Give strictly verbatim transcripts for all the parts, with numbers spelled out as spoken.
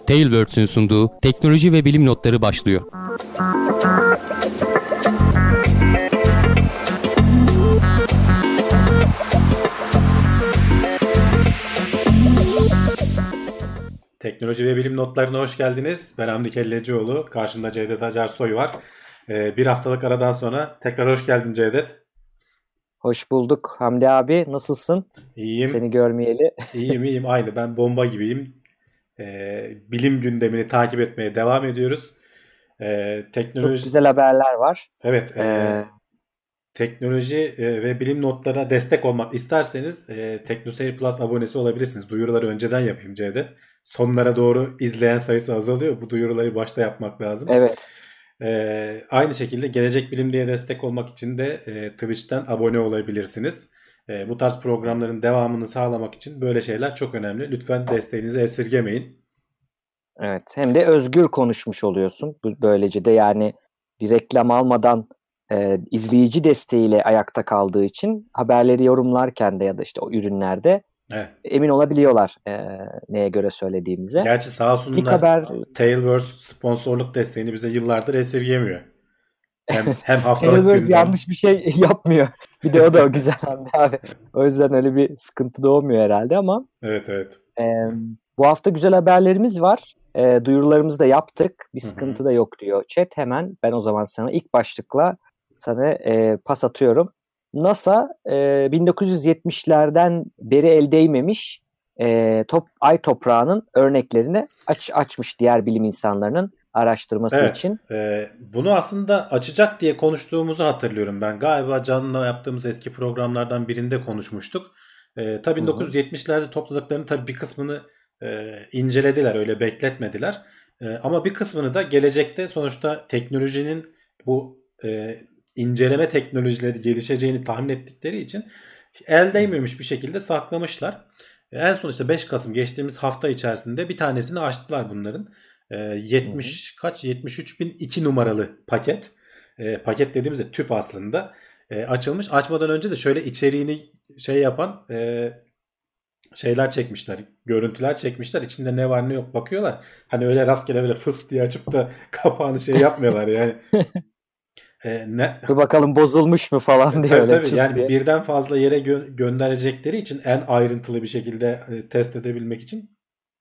Tailwords'ün sunduğu teknoloji ve bilim notları başlıyor. Teknoloji ve bilim notlarına hoş geldiniz. Ben Hamdi Kellecioğlu. Karşımda Cevdet Acarsoy var. Ee, bir haftalık aradan sonra tekrar hoş geldin Cevdet. Hoş bulduk Hamdi abi. Nasılsın? İyiyim. Seni görmeyeli. İyiyim iyiyim. Aynı ben bomba gibiyim. Ee, bilim gündemini takip etmeye devam ediyoruz. Ee, teknoloji... Çok güzel haberler var. Evet. E... Ee... Teknoloji ve bilim notlarına destek olmak isterseniz e, TeknoSeyir Plus abonesi olabilirsiniz. Duyuruları önceden yapayım Cevdet. Sonlara doğru izleyen sayısı azalıyor. Bu duyuruları başta yapmak lazım. Evet. E, aynı şekilde Gelecek Bilim diye destek olmak için de e, Twitch'ten abone olabilirsiniz. E, bu tarz programların devamını sağlamak için böyle şeyler çok önemli. Lütfen desteğinizi esirgemeyin. Evet. Hem de özgür konuşmuş oluyorsun. Böylece de yani bir reklam almadan e, izleyici desteğiyle ayakta kaldığı için haberleri yorumlarken de ya da işte o ürünlerde evet, emin olabiliyorlar e, neye göre söylediğimize. Gerçi sağ olsunlar haber... Tailwords sponsorluk desteğini bize yıllardır esirgemiyor. Hem, hem haftalık Tailwords gündem... yanlış bir şey yapmıyor. Bir de o da o güzel abi. O yüzden öyle bir sıkıntı doğmuyor herhalde ama. Evet evet. E, bu hafta güzel haberlerimiz var. E, duyurularımızı da yaptık. Bir sıkıntı da yok diyor chat. Hemen ben o zaman sana ilk başlıkla sana e, pas atıyorum. NASA e, bin dokuz yüz yetmişlerden beri el değmemiş e, top, ay toprağının örneklerini aç, açmış diğer bilim insanlarının araştırması evet, için. E, bunu aslında açacak diye konuştuğumuzu hatırlıyorum ben. Galiba Can'la yaptığımız eski programlardan birinde konuşmuştuk. E, tabii bin dokuz yüz yetmişlerde topladıklarının tabii bir kısmını e, incelediler, öyle bekletmediler. E, ama bir kısmını da gelecekte sonuçta teknolojinin bu e, inceleme teknolojileri gelişeceğini tahmin ettikleri için el değmemiş bir şekilde saklamışlar. En son işte beş Kasım geçtiğimiz hafta içerisinde bir tanesini açtılar bunların. E, yetmiş hı hı. kaç yetmiş üç bin iki numaralı paket. E, paket dediğimizde tüp aslında. E, açılmış. Açmadan önce de şöyle içeriğini şey yapan e, şeyler çekmişler. Görüntüler çekmişler. İçinde ne var ne yok bakıyorlar. Hani öyle rastgele böyle fıs diye açıp da kapağını şey yapmıyorlar yani. Ee, ne? Dur bakalım bozulmuş mu falan diye tabii, öyle tabii. Yani diye. Birden fazla yere gö- gönderecekleri için en ayrıntılı bir şekilde e, test edebilmek için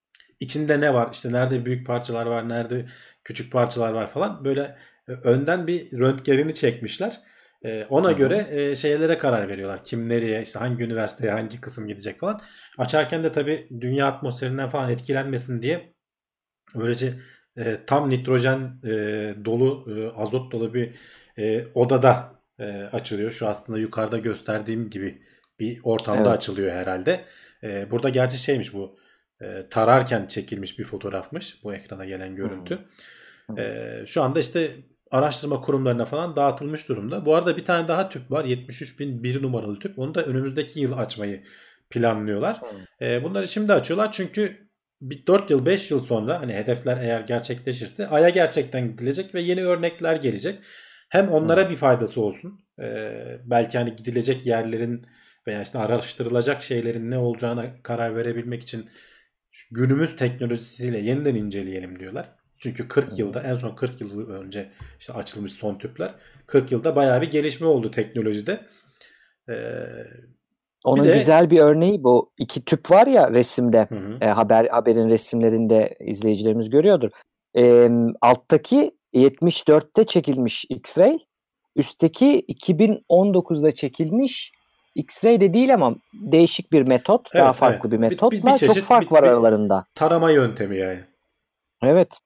içinde ne var, işte nerede büyük parçalar var, nerede küçük parçalar var falan, böyle e, önden bir röntgenini çekmişler. E, ona Hı-hı. göre e, şeylere karar veriyorlar. Kim nereye, işte hangi üniversiteye hangi kısım gidecek falan. Açarken de tabii dünya atmosferinden falan etkilenmesin diye böylece e, tam nitrojen e, dolu, e, azot dolu bir e, odada e, açılıyor. Şu aslında yukarıda gösterdiğim gibi bir ortamda evet. açılıyor herhalde. E, burada gerçi şeymiş bu, e, tararken çekilmiş bir fotoğrafmış bu ekrana gelen görüntü. Hmm. E, şu anda işte araştırma kurumlarına falan dağıtılmış durumda. Bu arada bir tane daha tüp var, yetmiş üç bin bir numaralı tüp. Onu da önümüzdeki yıl açmayı planlıyorlar. Hmm. E, bunları şimdi açıyorlar çünkü bir dört yıl beş yıl sonra, hani hedefler eğer gerçekleşirse Ay'a gerçekten gidilecek ve yeni örnekler gelecek. Hem onlara hmm. bir faydası olsun. Ee, belki hani gidilecek yerlerin veya işte araştırılacak şeylerin ne olacağına karar verebilmek için günümüz teknolojisiyle yeniden inceleyelim diyorlar. Çünkü kırk hmm. yılda, en son kırk yıl önce işte açılmış son tüpler. kırk yılda bayağı bir gelişme oldu teknolojide. Ee, Onun bir de, güzel bir örneği bu iki tüp var ya resimde, hı hı. E, haber haberin resimlerinde izleyicilerimiz görüyordur. E, alttaki yetmiş dörtte çekilmiş X-ray, üstteki iki bin on dokuzda çekilmiş X-ray de değil ama değişik bir metot, evet, daha farklı evet. bir metotla bir, bir, bir çeşit, çok fark bir, var bir aralarında. Tarama yöntemi yani. Evet.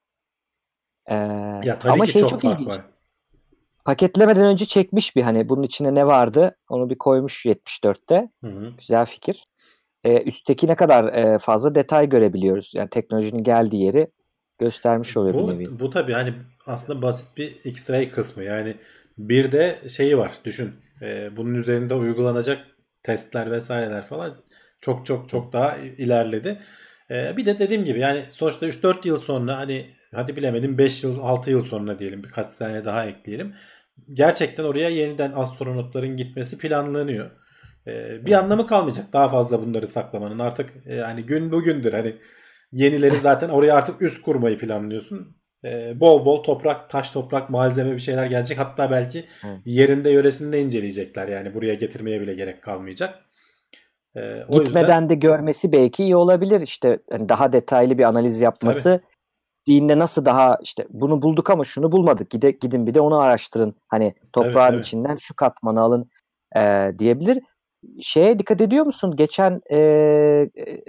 Ee, ya tabii ama ki şey çok, çok fark ilginç. Var. Paketlemeden önce çekmiş bir, hani bunun içinde ne vardı onu bir koymuş yetmiş dörtte. Hı hı. Güzel fikir. Ee, üstteki ne kadar e, fazla detay görebiliyoruz. Yani teknolojinin geldiği yeri göstermiş oluyor bu, bir nevi. Bu tabii hani aslında basit bir X-ray kısmı. Yani bir de şeyi var, düşün. Ee, bunun üzerinde uygulanacak testler vesaireler falan çok çok çok daha ilerledi. Ee, bir de dediğim gibi yani sonuçta üç dört yıl sonra, hani hadi bilemedim beş yıl altı yıl sonra diyelim, birkaç sene daha ekleyelim. Gerçekten oraya yeniden astronotların gitmesi planlanıyor. Ee, bir anlamı kalmayacak daha fazla bunları saklamanın. Artık yani gün bugündür, hani Yenileri zaten oraya artık üst kurmayı planlıyorsun. Ee, bol bol toprak, taş toprak, malzeme bir şeyler gelecek. Hatta belki yerinde yöresinde inceleyecekler. Yani buraya getirmeye bile gerek kalmayacak. Ee, o Gitmeden yüzden... de görmesi belki iyi olabilir. İşte yani daha detaylı bir analiz yapması. Tabii. Dinde nasıl daha işte bunu bulduk ama şunu bulmadık. Gide, gidin bir de onu araştırın. Hani toprağın tabii, tabii. içinden şu katmanı alın e, diyebilir. Şeye dikkat ediyor musun? Geçen e, e,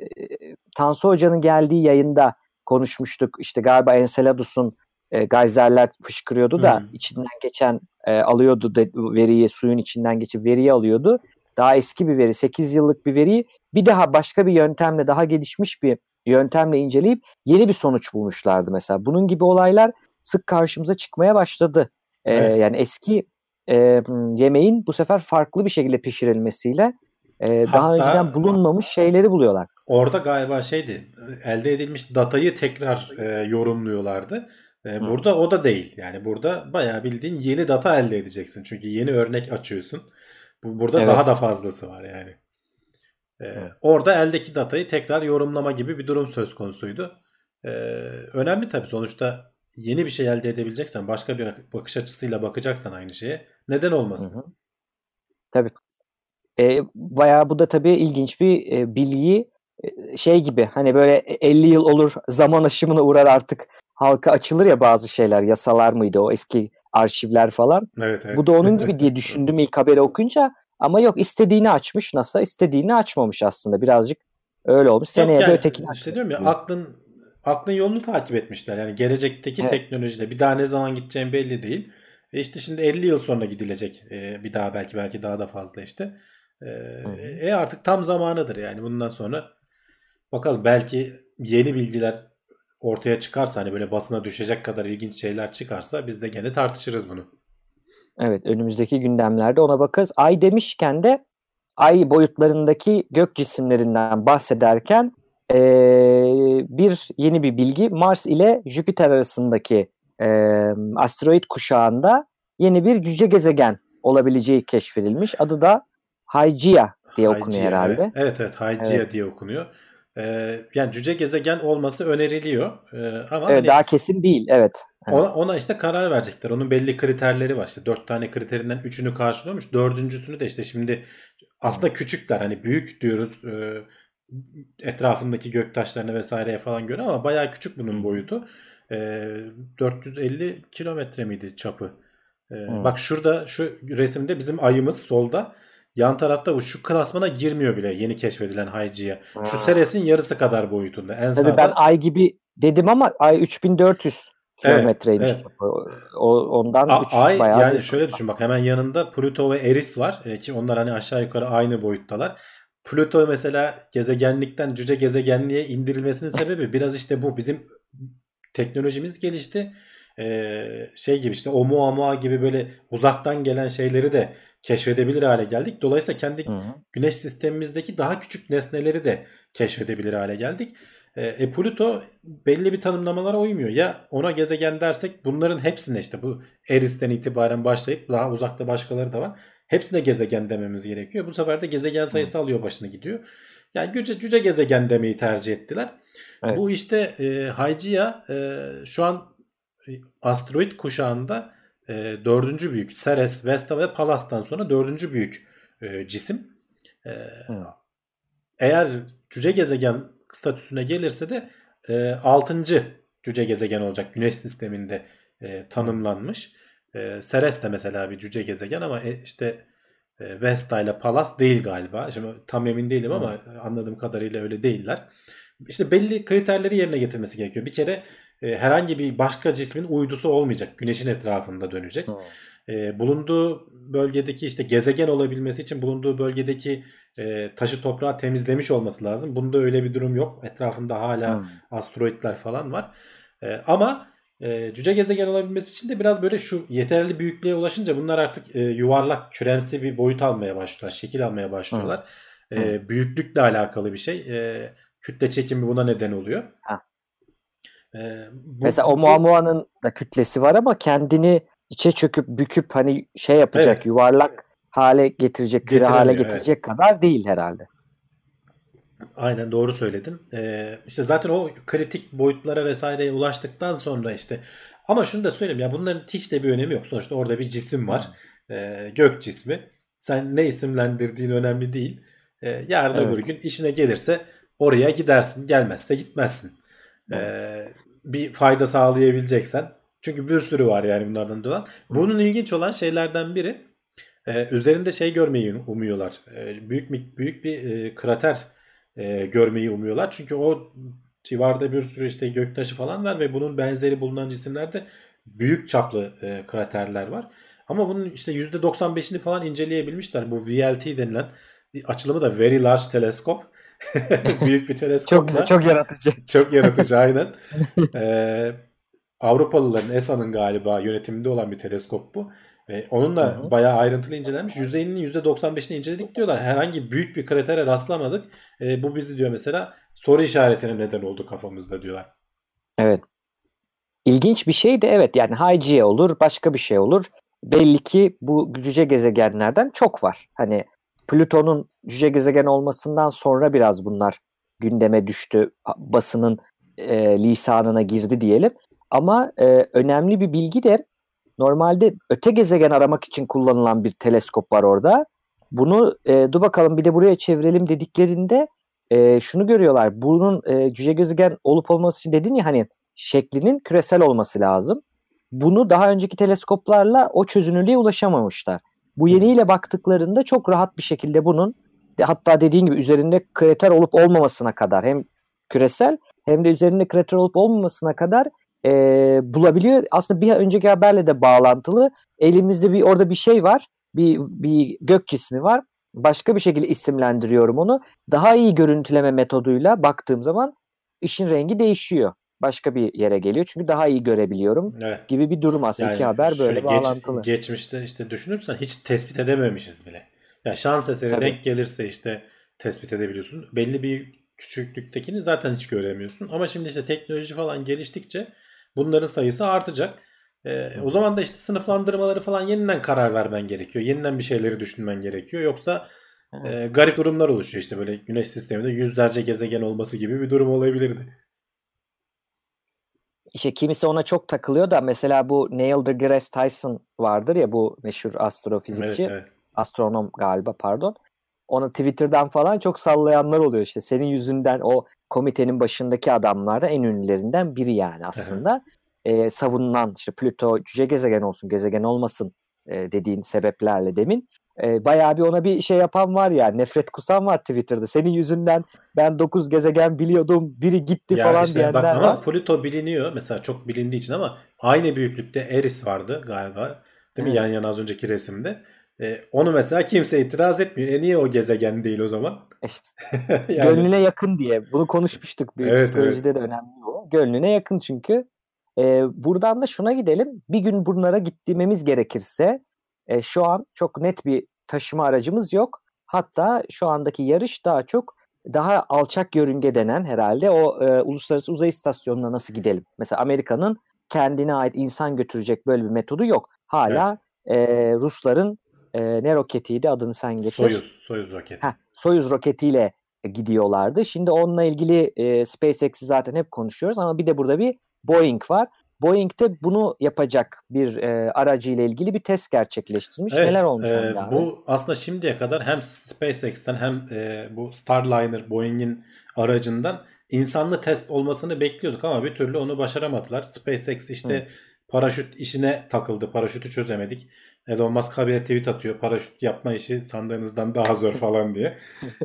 Tansu Hoca'nın geldiği yayında konuşmuştuk. İşte galiba Enceladus'un e, gayzerler fışkırıyordu da hmm. içinden geçen e, alıyordu de, veriyi, suyun içinden geçip veriyi alıyordu. Daha eski bir veri, sekiz yıllık bir veriyi bir daha başka bir yöntemle, daha gelişmiş bir yöntemle inceleyip yeni bir sonuç bulmuşlardı mesela. Bunun gibi olaylar sık karşımıza çıkmaya başladı. Ee, evet. Yani eski e, yemeğin bu sefer farklı bir şekilde pişirilmesiyle e, Hatta, daha önceden bulunmamış şeyleri buluyorlar. Orada galiba şeydi, elde edilmiş datayı tekrar e, yorumluyorlardı. E, burada o da değil. Yani burada bayağı bildiğin yeni data elde edeceksin. Çünkü yeni örnek açıyorsun. Bu, burada evet. daha da fazlası var yani. Ee, evet. Orada eldeki datayı tekrar yorumlama gibi bir durum söz konusuydu. Ee, önemli tabii, sonuçta yeni bir şey elde edebileceksen, başka bir bakış açısıyla bakacaksan aynı şeye, neden olmasın? Hı hı. Tabii. E, bayağı bu da tabii ilginç bir e, bilgi e, şey gibi, hani böyle elli yıl olur, zaman aşımına uğrar, artık halka açılır ya bazı şeyler, yasalar mıydı o eski arşivler falan. Evet, evet. Bu da onun gibi diye düşündüm ilk haberi okuyunca. Ama yok, istediğini açmış NASA, istediğini açmamış aslında. Birazcık öyle olmuş. Seneye yani, de ötekini işte diyorum ya, aklın aklın yolunu takip etmişler. Yani gelecekteki evet. teknolojide bir daha ne zaman gideceğim belli değil. E işte şimdi elli yıl sonra gidilecek. E bir daha belki belki daha da fazla işte. E, e artık tam zamanıdır yani bundan sonra. Bakalım, belki yeni bilgiler ortaya çıkarsa, hani böyle basına düşecek kadar ilginç şeyler çıkarsa biz de gene tartışırız bunu. Evet, önümüzdeki gündemlerde ona bakarız. Ay demişken de ay boyutlarındaki gök cisimlerinden bahsederken ee, bir yeni bir bilgi, Mars ile Jüpiter arasındaki e, asteroid kuşağında yeni bir cüce gezegen olabileceği keşfedilmiş. Adı da Hygeia diye Hygeia, okunuyor herhalde. Evet evet, Hygeia evet. diye okunuyor. Ee, yani cüce gezegen olması öneriliyor. Ee, ama evet, hani daha kesin değil. Evet. Ona, ona işte karar verecekler. Onun belli kriterleri var. İşte dört tane kriterinden üçünü karşılıyormuş. Dördüncüsünü de işte şimdi aslında küçükler. Hani büyük diyoruz e, etrafındaki göktaşlarına vesaireye falan göre, ama bayağı küçük bunun boyutu. E, dört yüz elli kilometre miydi çapı? E, bak şurada şu resimde bizim ayımız solda. Yan tarafta bu şu klasmana girmiyor bile yeni keşfedilen Hygeia. Şu Ceres'in yarısı kadar boyutunda. En Tabii sağda. Ben ay gibi dedim ama ay üç bin dört yüz kilometreymiş. Evet, evet. O, ondan A, üç ay bayağı yani büyük. şöyle düşün bak, hemen yanında Plüto ve Eris var e, ki onlar hani aşağı yukarı aynı boyuttalar. Plüto mesela gezegenlikten cüce gezegenliğe indirilmesinin sebebi biraz işte bu, bizim teknolojimiz gelişti. Ee, şey gibi işte Oumuamua gibi böyle uzaktan gelen şeyleri de keşfedebilir hale geldik. Dolayısıyla kendi Hı-hı. güneş sistemimizdeki daha küçük nesneleri de keşfedebilir hale geldik. E, Plüto belli bir tanımlamalara uymuyor. Ya ona gezegen dersek bunların hepsine, işte bu Eris'ten itibaren başlayıp daha uzakta başkaları da var. Hepsine gezegen dememiz gerekiyor. Bu sefer de gezegen sayısı alıyor başını gidiyor. Yani cüce, cüce gezegen demeyi tercih ettiler. Evet. Bu işte e, Hygeia e, şu an asteroid kuşağında e, dördüncü büyük. Ceres, Vesta ve Pallas'tan sonra dördüncü büyük e, cisim. E, eğer cüce gezegen statüsüne gelirse de e, altıncı cüce gezegen olacak güneş sisteminde e, tanımlanmış. E, Ceres de mesela bir cüce gezegen ama e, işte e, Vesta ile Pallas değil galiba. Şimdi tam emin değilim ama hmm. anladığım kadarıyla öyle değiller. İşte belli kriterleri yerine getirmesi gerekiyor. Bir kere e, herhangi bir başka cismin uydusu olmayacak. Güneşin etrafında dönecek. Hmm. E, bulunduğu bölgedeki işte gezegen olabilmesi için bulunduğu bölgedeki e, taşı toprağı temizlemiş olması lazım. Bunda öyle bir durum yok. Etrafında hala hmm. asteroidler falan var. E, ama e, cüce gezegen olabilmesi için de biraz böyle şu yeterli büyüklüğe ulaşınca bunlar artık e, yuvarlak, küremsi bir boyut almaya başlıyorlar. Şekil almaya başlıyorlar. Hmm. E, büyüklükle alakalı bir şey. E, kütle çekimi buna neden oluyor. Ha. E, bu, Mesela Oumuamua'nın da kütlesi var ama kendini içe çöküp büküp hani şey yapacak, evet. yuvarlak hale getirecek, küre hale getirecek evet. kadar değil herhalde. Aynen doğru söyledin. Ee, işte zaten o kritik boyutlara vesaireye ulaştıktan sonra işte ama şunu da söyleyeyim ya bunların hiç de bir önemi yok. Sonuçta orada bir cisim var. Ee, gök cismi. Sen ne isimlendirdiğin önemli değil. Ee, yarın Evet. öbür gün işine gelirse oraya gidersin. Gelmezse gitmezsin. Ee, Evet. bir fayda sağlayabileceksen. Çünkü bir sürü var yani bunlardan dolan. Bunun ilginç olan şeylerden biri ee, üzerinde şey görmeyi umuyorlar. Ee, büyük bir büyük bir e, krater e, görmeyi umuyorlar. Çünkü o civarda bir sürü işte göktaşı falan var ve bunun benzeri bulunan cisimlerde büyük çaplı e, kraterler var. Ama bunun işte yüzde doksan beşini falan inceleyebilmişler. Bu V L T denilen bir açılımı da Very Large Telescope. Büyük bir Çok güzel, teleskopla. çok yaratıcı. Çok yaratıcı aynen. Ee, Avrupalıların E S A'nın galiba yönetiminde olan bir teleskop bu. Ee, onunla Hı hı. bayağı ayrıntılı incelenmiş. yüzde ellinin yüzde doksan beşini inceledik diyorlar. Herhangi büyük bir kratere rastlamadık. Ee, bu bizi diyor mesela soru işaretine neden oldu kafamızda diyorlar. Evet. İlginç bir şey de evet yani High G olur, başka bir şey olur. Belli ki bu cüce gezegenlerden çok var. Hani Plüton'un cüce gezegen olmasından sonra biraz bunlar gündeme düştü. Basının e, lisanına girdi diyelim. Ama e, önemli bir bilgi de normalde öte gezegen aramak için kullanılan bir teleskop var orada. Bunu e, dur bakalım bir de buraya çevirelim dediklerinde e, şunu görüyorlar. Bunun e, cüce gezegen olup olması için dedin ya hani şeklinin küresel olması lazım. Bunu daha önceki teleskoplarla o çözünürlüğe ulaşamamışlar. Bu yeniyle baktıklarında çok rahat bir şekilde bunun hatta dediğin gibi üzerinde krater olup olmamasına kadar hem küresel hem de üzerinde krater olup olmamasına kadar e, bulabiliyor. Aslında bir önceki haberle de bağlantılı. Elimizde bir orada bir şey var. Bir, bir gök cismi var. Başka bir şekilde isimlendiriyorum onu. Daha iyi görüntüleme metoduyla baktığım zaman işin rengi değişiyor. Başka bir yere geliyor. Çünkü daha iyi görebiliyorum Evet. gibi bir durum aslında. Yani İki haber şöyle böyle geç, bağlantılı. geçmişte işte düşünürsen hiç tespit edememişiz bile. Ya şans eseri Tabii. denk gelirse işte tespit edebiliyorsun. Belli bir küçüklüktekini zaten hiç göremiyorsun. Ama şimdi işte teknoloji falan geliştikçe bunların sayısı artacak. Ee, o zaman da işte sınıflandırmaları falan yeniden karar vermen gerekiyor. Yeniden bir şeyleri düşünmen gerekiyor. Yoksa e, garip durumlar oluşuyor. İşte böyle güneş sisteminde yüzlerce gezegen olması gibi bir durum olabilirdi. İşte kimisi ona çok takılıyor da mesela bu Neil deGrasse Tyson vardır ya bu meşhur astrofizikçi. Evet, evet. Astronom galiba pardon. Onu Twitter'dan falan çok sallayanlar oluyor işte. Senin yüzünden o komitenin başındaki adamlardan en ünlülerinden biri yani aslında. Ee, savunulan işte Plüto cüce gezegen olsun gezegen olmasın e, dediğin sebeplerle demin. E, bayağı bir ona bir şey yapan var ya nefret kusan var Twitter'da. Senin yüzünden ben dokuz gezegen biliyordum biri gitti Ya falan işte bak diyenler ama var. Pluto biliniyor. Mesela çok bilindiği için ama aynı büyüklükte Eris vardı galiba. Değil mi? Evet. Yan yana az önceki resimde. Ee, onu mesela kimse itiraz etmiyor. E niye o gezegen değil o zaman? İşte Yani gönlüne yakın diye. Bunu konuşmuştuk. Bir evet, evet. psikolojide de önemli o. Gönlüne yakın çünkü. Ee, buradan da şuna gidelim. Bir gün bunlara gitmemiz gerekirse e, şu an çok net bir taşıma aracımız yok. Hatta şu andaki yarış daha çok daha alçak yörünge denen herhalde o e, uluslararası uzay istasyonuna nasıl gidelim? Mesela Amerika'nın kendine ait insan götürecek böyle bir metodu yok. Evet. Hala e, Rusların e, ne roketiydi adını sen getir. Soyuz. Soyuz roketi. Heh, Soyuz roketiyle gidiyorlardı. Şimdi onunla ilgili e, SpaceX'i zaten hep konuşuyoruz ama bir de burada bir Boeing var. Boeing de bunu yapacak bir e, aracıyla ilgili bir test gerçekleştirmiş. Evet, Neler olmuş e, onda abi? bu aslında şimdiye kadar hem SpaceX'ten hem e, bu Starliner Boeing'in aracından insanlı test olmasını bekliyorduk ama bir türlü onu başaramadılar. SpaceX işte Hı. paraşüt işine takıldı. Paraşütü çözemedik. Elon Musk habire tweet atıyor. Paraşüt yapma işi sandığınızdan daha zor falan diye.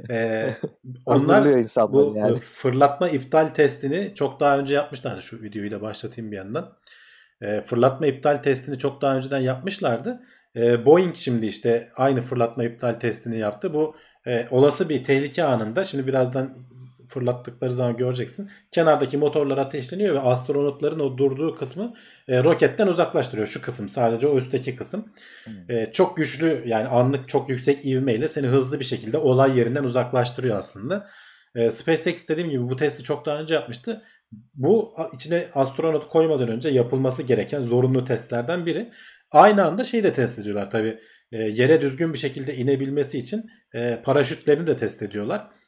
E, onlar Hazırlıyor insanları bu e, yani. fırlatma iptal testini çok daha önce yapmışlardı. Şu videoyu da başlatayım bir yandan. E, fırlatma iptal testini çok daha önceden yapmışlardı. E, Boeing şimdi işte aynı fırlatma iptal testini yaptı. Bu e, olası bir tehlike anında şimdi birazdan fırlattıkları zaman göreceksin. Kenardaki motorlar ateşleniyor ve astronotların o durduğu kısmı e, roketten uzaklaştırıyor. Şu kısım sadece o üstteki kısım. E, çok güçlü yani anlık çok yüksek ivmeyle seni hızlı bir şekilde olay yerinden uzaklaştırıyor aslında. E, SpaceX dediğim gibi bu testi çok daha önce yapmıştı. Bu içine astronot koymadan önce yapılması gereken zorunlu testlerden biri. Aynı anda şeyi de test ediyorlar tabii. E, yere düzgün bir şekilde inebilmesi için e, paraşütlerini de test ediyorlar.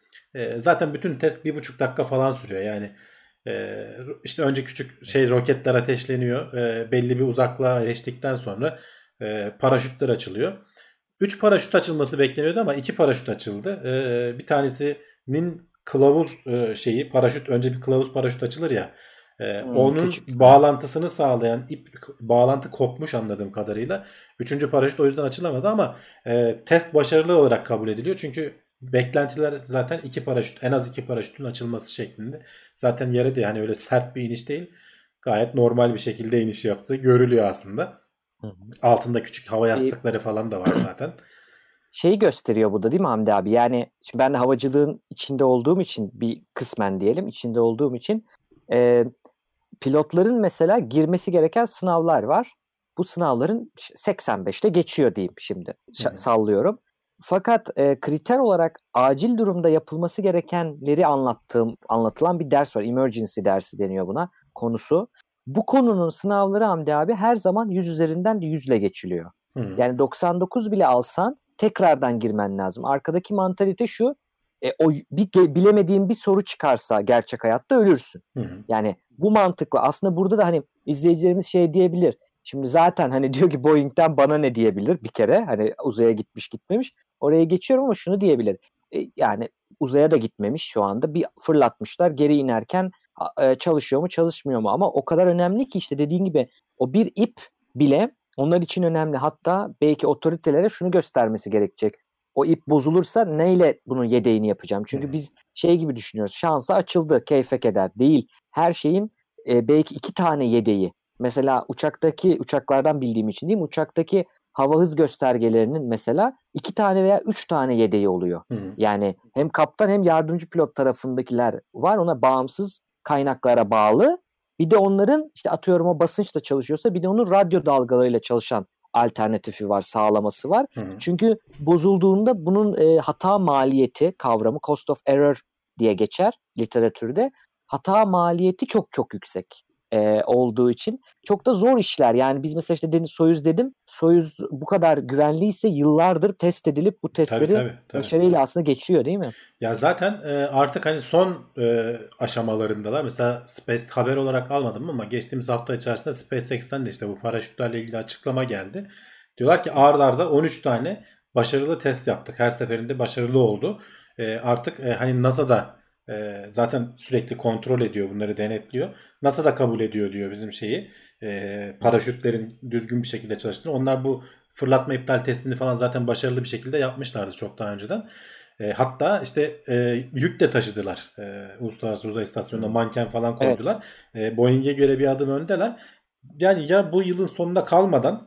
E, zaten bütün test bir buçuk dakika falan sürüyor. Yani e, işte önce küçük şey roketler ateşleniyor. E, belli bir uzaklığa eriştikten sonra e, paraşütler açılıyor. üç paraşüt açılması bekleniyordu ama iki paraşüt açıldı. E, bir tanesinin kılavuz e, şeyi paraşüt önce bir kılavuz paraşüt açılır ya. E, Hmm, onun küçük. bağlantısını sağlayan ip bağlantı kopmuş anladığım kadarıyla. Üçüncü paraşüt o yüzden açılamadı ama e, test başarılı olarak kabul ediliyor. Çünkü beklentiler zaten iki paraşüt en az iki paraşütün açılması şeklinde. Zaten yere de yani öyle sert bir iniş değil. Gayet normal bir şekilde iniş yaptığı görülüyor aslında. Hı hı. Altında küçük hava E, yastıkları falan da var zaten. Şeyi gösteriyor bu da değil mi Hamdi abi? Yani şimdi ben de havacılığın içinde olduğum için bir kısmen diyelim içinde olduğum için e, pilotların mesela girmesi gereken sınavlar var. Bu sınavların seksen beşte geçiyor diyeyim şimdi. Ş- Hı hı. sallıyorum. Fakat e, kriter olarak acil durumda yapılması gerekenleri anlattığım anlatılan bir ders var. Emergency dersi deniyor buna konusu. Bu konunun sınavları Hamdi abi her zaman yüz üzerinden yüzle geçiliyor. Hı hı. Yani doksan dokuz bile alsan tekrardan girmen lazım. Arkadaki mantalite şu. E, o bir bilemediğin bir soru çıkarsa gerçek hayatta ölürsün. Hı hı. Yani bu mantıkla aslında burada da hani izleyicilerimiz şey diyebilir. Şimdi zaten hani diyor ki Boeing'den bana ne diyebilir bir kere. Hani uzaya gitmiş gitmemiş. Oraya geçiyorum ama şunu diyebilir. E, yani uzaya da gitmemiş şu anda. Bir fırlatmışlar geri inerken e, çalışıyor mu çalışmıyor mu? Ama o kadar önemli ki işte dediğin gibi o bir ip bile onlar için önemli. Hatta belki otoritelere şunu göstermesi gerekecek. O ip bozulursa neyle bunun yedeğini yapacağım? Çünkü Hı hı. biz şey gibi düşünüyoruz. Şansa açıldı, keyfe keder. Değil. Her şeyin e, belki iki tane yedeği. Mesela uçaktaki, uçaklardan bildiğim için değil mi? Uçaktaki hava hız göstergelerinin mesela iki tane veya üç tane yedeği oluyor. Hı hı. Yani hem kaptan hem yardımcı pilot tarafındakiler var. Ona bağımsız kaynaklara bağlı. Bir de onların işte atıyorum o basınçla çalışıyorsa bir de onun radyo dalgalarıyla çalışan alternatifi var, sağlaması var. Hı hı. Çünkü bozulduğunda bunun e, hata maliyeti kavramı cost of error diye geçer literatürde. Hata maliyeti çok çok yüksek e, olduğu için çok da zor işler. Yani biz mesela işte Deniz Soyuz dedim. Soyuz bu kadar güvenliyse yıllardır test edilip bu Tabii testleri tabii tabii. başarıyla aslında geçiyor değil mi? Ya zaten e, artık hani son e, aşamalarındalar. Mesela Space haber olarak almadım ama geçtiğimiz hafta içerisinde SpaceX'ten de işte bu paraşütlerle ilgili açıklama geldi. Diyorlar ki ard arda on üç tane başarılı test yaptık. Her seferinde başarılı oldu. E, artık e, hani NASA da e, zaten sürekli kontrol ediyor, bunları denetliyor. NASA da kabul ediyor diyor bizim şeyi. E, paraşütlerin düzgün bir şekilde çalıştığını. Onlar bu fırlatma iptal testini falan zaten başarılı bir şekilde yapmışlardı çok daha önceden. E, hatta işte e, yük de taşıdılar. E, Uluslararası Uzay İstasyonu'na manken falan koydular. Evet. E, Boeing'e göre bir adım öndeler. Yani ya bu yılın sonunda kalmadan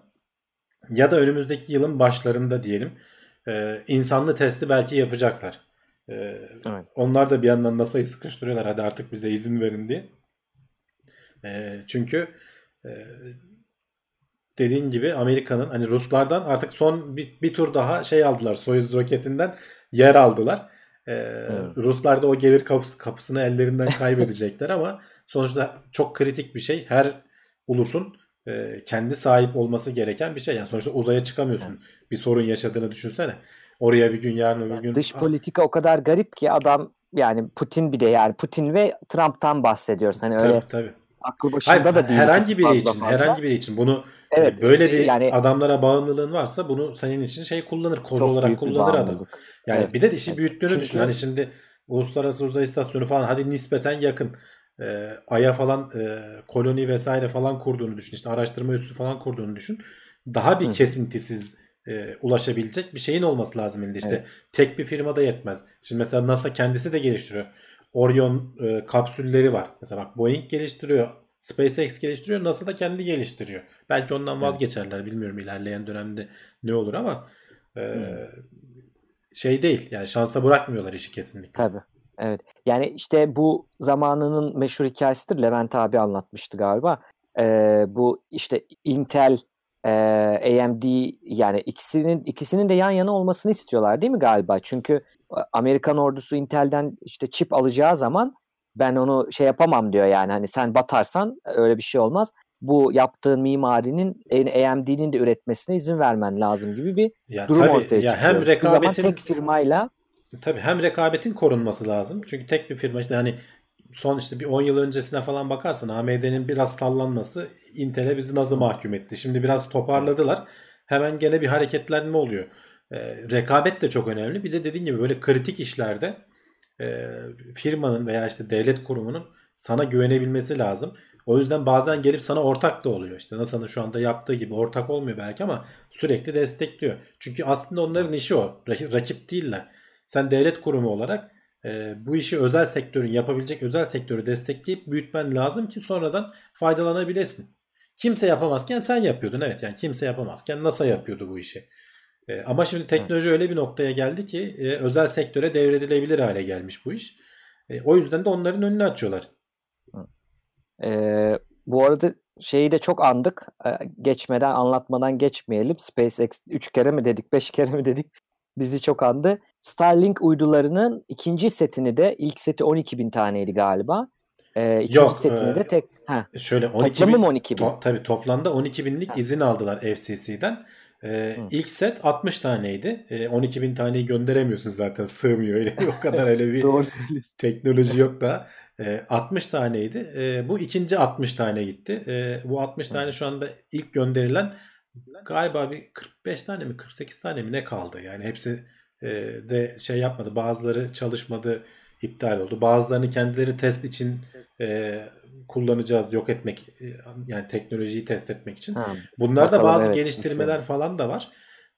ya da önümüzdeki yılın başlarında diyelim e, insanlı testi belki yapacaklar. E, Evet. Onlar da bir yandan NASA'yı sıkıştırıyorlar. Hadi artık bize izin verin diye. E, çünkü e, dediğin gibi Amerika'nın hani Ruslardan artık son bir, bir tur daha şey aldılar. Soyuz roketinden yer aldılar. Ee, Hmm. Ruslar da o gelir kapısı, kapısını ellerinden kaybedecekler ama sonuçta çok kritik bir şey. Her ulusun e, kendi sahip olması gereken bir şey. Yani sonuçta uzaya çıkamıyorsun. Evet. Bir sorun yaşadığını düşünsene. Oraya bir gün yarın öbür gün. Dış politika o kadar garip ki adam yani Putin bir de yani Putin ve Trump'tan bahsediyoruz. Hani öyle Tabii tabii. aklı Hayır, başında da değil herhangi biri fazla için, fazla. herhangi biri için bunu Evet e, böyle bir yani adamlara bağımlılığın varsa bunu senin için şey kullanır, koz çok olarak büyük bir kullanır adam. bağımlılık. Yani Evet. bir de işi Evet. büyüttüğünü düşün. Çünkü Hani şimdi Uluslararası Uzay İstasyonu falan hadi nispeten yakın. E, Ay'a falan e, koloni vesaire falan kurduğunu düşün. İşte araştırma üssü falan kurduğunu düşün. Daha bir hı, kesintisiz e, ulaşabilecek bir şeyin olması lazım elinde. İşte evet. tek bir firmada yetmez. Şimdi mesela NASA kendisi de geliştiriyor. Orion e, kapsülleri var. Mesela bak Boeing geliştiriyor. SpaceX geliştiriyor. NASA da kendi geliştiriyor. Belki ondan Evet. vazgeçerler. Bilmiyorum ilerleyen dönemde ne olur ama e, Hı. şey değil. Yani şansa bırakmıyorlar işi kesinlikle. Tabii. Evet. Yani işte bu zamanının meşhur hikayesidir. Levent abi anlatmıştı galiba. Ee, bu işte Intel, e, A M D yani ikisinin ikisinin de yan yana olmasını istiyorlar değil mi galiba? Çünkü Amerikan ordusu Intel'den işte çip alacağı zaman ben onu şey yapamam diyor yani hani sen batarsan öyle bir şey olmaz. Bu yaptığın mimarinin A M D'nin de üretmesine izin vermen lazım gibi bir Ya durum tabii ortaya ya hem çıkıyor. Hiçbir zaman rekabetin tek firmayla Tabii hem rekabetin korunması lazım. Çünkü tek bir firma işte hani son işte bir on yıl öncesine falan bakarsan A M D'nin biraz sallanması Intel'e bizi nasıl mahkum etti. Şimdi biraz toparladılar. Hemen gene bir hareketlenme oluyor. E, rekabet de çok önemli. Bir de dediğin gibi böyle kritik işlerde e, firmanın veya işte devlet kurumunun sana güvenebilmesi lazım. O yüzden bazen gelip sana ortak da oluyor. İşte NASA'nın şu anda yaptığı gibi ortak olmuyor belki ama sürekli destekliyor. Çünkü aslında onların işi o. Rakip değiller. Sen devlet kurumu olarak e, bu işi özel sektörün yapabilecek özel sektörü destekleyip büyütmen lazım ki sonradan faydalanabilesin. Kimse yapamazken sen yapıyordun. Evet yani kimse yapamazken NASA yapıyordu bu işi. E, ama şimdi teknoloji öyle bir noktaya geldi ki e, özel sektöre devredilebilir hale gelmiş bu iş. E, o yüzden de onların önünü açıyorlar. Ee, bu arada şeyi de çok andık. Ee, geçmeden anlatmadan geçmeyelim. SpaceX üç kere mi dedik, beş kere mi dedik? Bizi çok andı. Starlink uydularının ikinci setini de ilk seti on iki bin taneydi galiba. Ee, ikinci Yok, setini e, de tek heh, şöyle on iki toplamı bin, mı on iki bin? To, tabii toplamda on iki binlik Ha. izin aldılar F C C'den. Ee, ilk set altmış taneydi. Ee, on iki bin taneyi gönderemiyorsun zaten, sığmıyor öyle o kadar öyle bir teknoloji yok da. Ee, altmış taneydi. Ee, bu ikinci altmış tane gitti. Ee, bu altmış tane şu anda ilk gönderilen galiba bir kırk beş tane mi kırk sekiz tane mi ne kaldı? Yani hepsi e, de şey yapmadı. Bazıları çalışmadı, iptal oldu. Bazılarını kendileri test için e, kullanacağız, yok etmek yani teknolojiyi test etmek için. Ha, Bunlarda bakalım, bazı evet, geliştirmeler düşünüyorum. falan da var.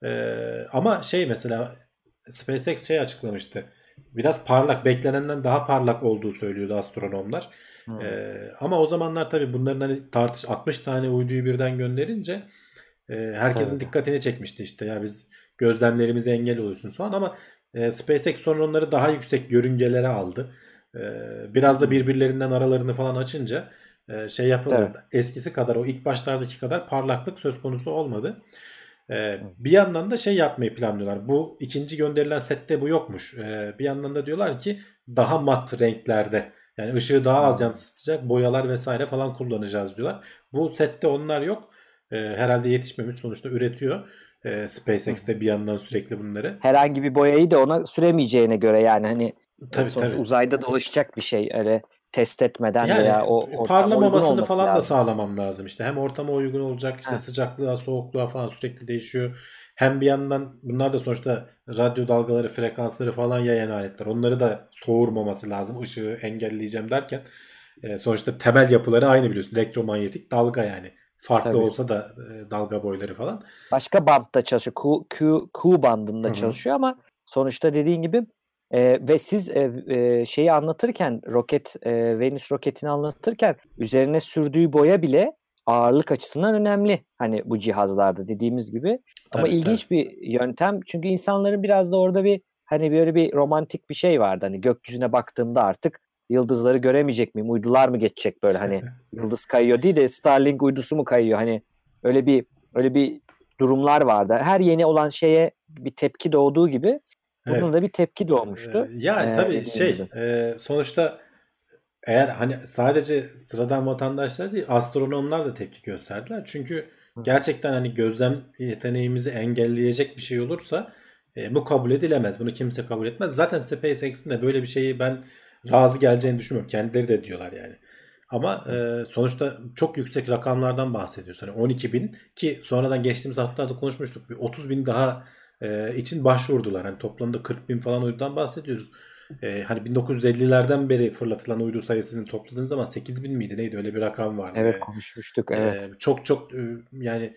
Ee, ama şey mesela SpaceX şey açıklamıştı. Biraz parlak, beklenenden daha parlak olduğu söylüyordu astronomlar. Hmm. Ee, ama o zamanlar tabii bunların hani tartış altmış tane uyduyu birden gönderince e, herkesin Tabii. dikkatini çekmişti işte ya biz gözlemlerimize engel oluyorsunuz falan ama e, SpaceX sonra onları daha yüksek yörüngelere aldı. E, biraz da birbirlerinden aralarını falan açınca e, şey yapıldı. Evet. Eskisi kadar o ilk başlardaki kadar parlaklık söz konusu olmadı. Ee, bir yandan da şey yapmayı planlıyorlar. Bu ikinci gönderilen sette bu yokmuş. Ee, bir yandan da diyorlar ki daha mat renklerde, yani ışığı daha az yansıtacak boyalar vesaire falan kullanacağız diyorlar. Bu sette onlar yok. Ee, herhalde yetişmemiş, sonuçta üretiyor. Ee, SpaceX'te bir yandan sürekli bunları. Herhangi bir boyayı da ona süremeyeceğine göre yani hani Tabii, sonuçta tabii. uzayda dolaşacak bir şey öyle test etmeden Yani veya o ortama uygun parlamamasını olması falan da lazım. sağlaman lazım işte. Hem ortama uygun olacak, işte Ha. sıcaklığa, soğukluğa falan sürekli değişiyor. Hem bir yandan bunlar da sonuçta radyo dalgaları, frekansları falan yayan aletler. Onları da soğurmaması lazım. Işığı engelleyeceğim derken e, sonuçta temel yapıları aynı, biliyorsun. Elektromanyetik dalga yani. Farklı Tabii. olsa da e, dalga boyları falan. Başka bandda çalışıyor. Q, Q, Q bandında Hı-hı. çalışıyor ama sonuçta dediğin gibi e, ve siz e, e, şeyi anlatırken roket e, Venüs roketini anlatırken üzerine sürdüğü boya bile ağırlık açısından önemli. Hani bu cihazlarda dediğimiz gibi. Ama Tabii, ilginç tabii. bir yöntem. Çünkü insanların biraz da orada bir hani böyle bir romantik bir şey vardı. Hani gökyüzüne baktığımda artık yıldızları göremeyecek miyim? Uydular mı geçecek böyle hani yıldız kayıyor değil de Starlink uydusu mu kayıyor? Hani öyle bir öyle bir durumlar vardı. Her yeni olan şeye bir tepki doğduğu gibi Evet. bunun da bir tepki doğmuştu. Ee, ya ee, tabii şey e, sonuçta eğer hani sadece sıradan vatandaşlar değil, astronomlar da tepki gösterdiler. Çünkü gerçekten hani gözlem yeteneğimizi engelleyecek bir şey olursa e, bu kabul edilemez. Bunu kimse kabul etmez. Zaten SpaceX'in de böyle bir şeyi ben razı geleceğini düşünmüyorum. Kendileri de diyorlar yani. Ama e, sonuçta çok yüksek rakamlardan bahsediyoruz. Hani on iki bin, ki sonradan geçtiğimiz haftalarda konuşmuştuk. Bir otuz bin daha e, için başvurdular. Hani toplamda kırk bin falan uydudan bahsediyoruz. E, hani bin dokuz yüz ellilerden beri fırlatılan uydu sayısını topladığınız zaman sekiz bin miydi neydi, öyle bir rakam vardı. Evet, konuşmuştuk, evet. E, çok çok e, yani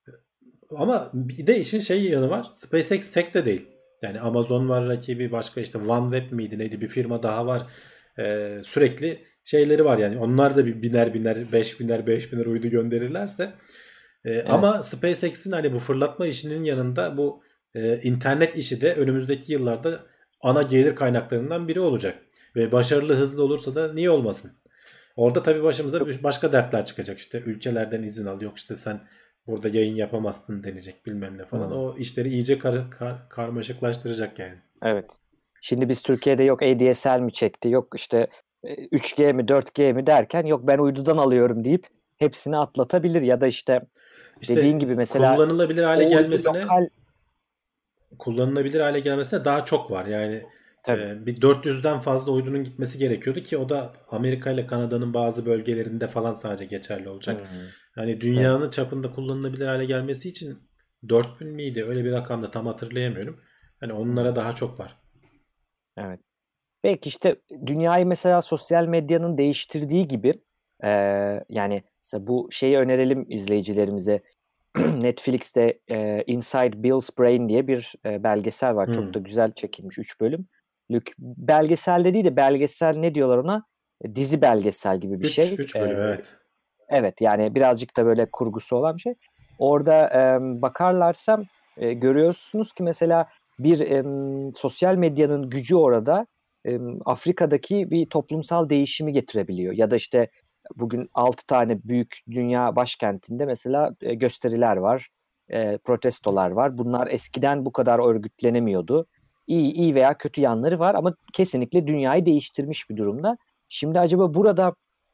ama bir de işin şey yanı var. SpaceX tek de değil. Yani Amazon var rakibi, başka işte OneWeb miydi neydi bir firma daha var. Ee, sürekli şeyleri var yani. Onlar da bir biner biner, beş biner, beş biner uydu gönderirlerse. Ee, evet. Ama SpaceX'in hani bu fırlatma işinin yanında bu e, internet işi de önümüzdeki yıllarda ana gelir kaynaklarından biri olacak. Ve başarılı, hızlı olursa da niye olmasın? Orada tabii başımıza başka dertler çıkacak. İşte ülkelerden izin al. Yok işte sen burada yayın yapamazsın denecek, bilmem ne falan. Hmm. O işleri iyice kar, kar, karmaşıklaştıracak yani. Evet. Şimdi biz Türkiye'de yok A D S L mi çekti, yok işte üç G mi dört G mi derken yok ben uydudan alıyorum deyip hepsini atlatabilir ya da işte, işte dediğin gibi mesela kullanılabilir hale gelmesine lokal... kullanılabilir hale gelmesine daha çok var. Yani Ee, bir dört yüzden fazla uydunun gitmesi gerekiyordu ki o da Amerika ile Kanada'nın bazı bölgelerinde falan sadece geçerli olacak. Hmm. Yani dünyanın evet. çapında kullanılabilir hale gelmesi için dört bin miydi? Öyle bir rakamda tam hatırlayamıyorum. Hani onlara hmm. daha çok var. Evet. Belki işte dünyayı mesela sosyal medyanın değiştirdiği gibi e, yani mesela bu şeyi önerelim izleyicilerimize. Netflix'te e, Inside Bill's Brain diye bir e, belgesel var. Hmm. Çok da güzel çekilmiş. üç bölüm. Belgesel değil de belgesel ne diyorlar ona? E, dizi belgesel gibi bir üç, şey. üç bölüm ee, evet. Evet yani birazcık da böyle kurgusu olan bir şey. Orada e, bakarlarsa e, görüyorsunuz ki mesela bir e, sosyal medyanın gücü orada e, Afrika'daki bir toplumsal değişimi getirebiliyor. Ya da işte bugün altı tane büyük dünya başkentinde mesela e, gösteriler var, e, protestolar var. Bunlar eskiden bu kadar örgütlenemiyordu. İyi, iyi veya kötü yanları var ama kesinlikle dünyayı değiştirmiş bir durumda. Şimdi acaba burada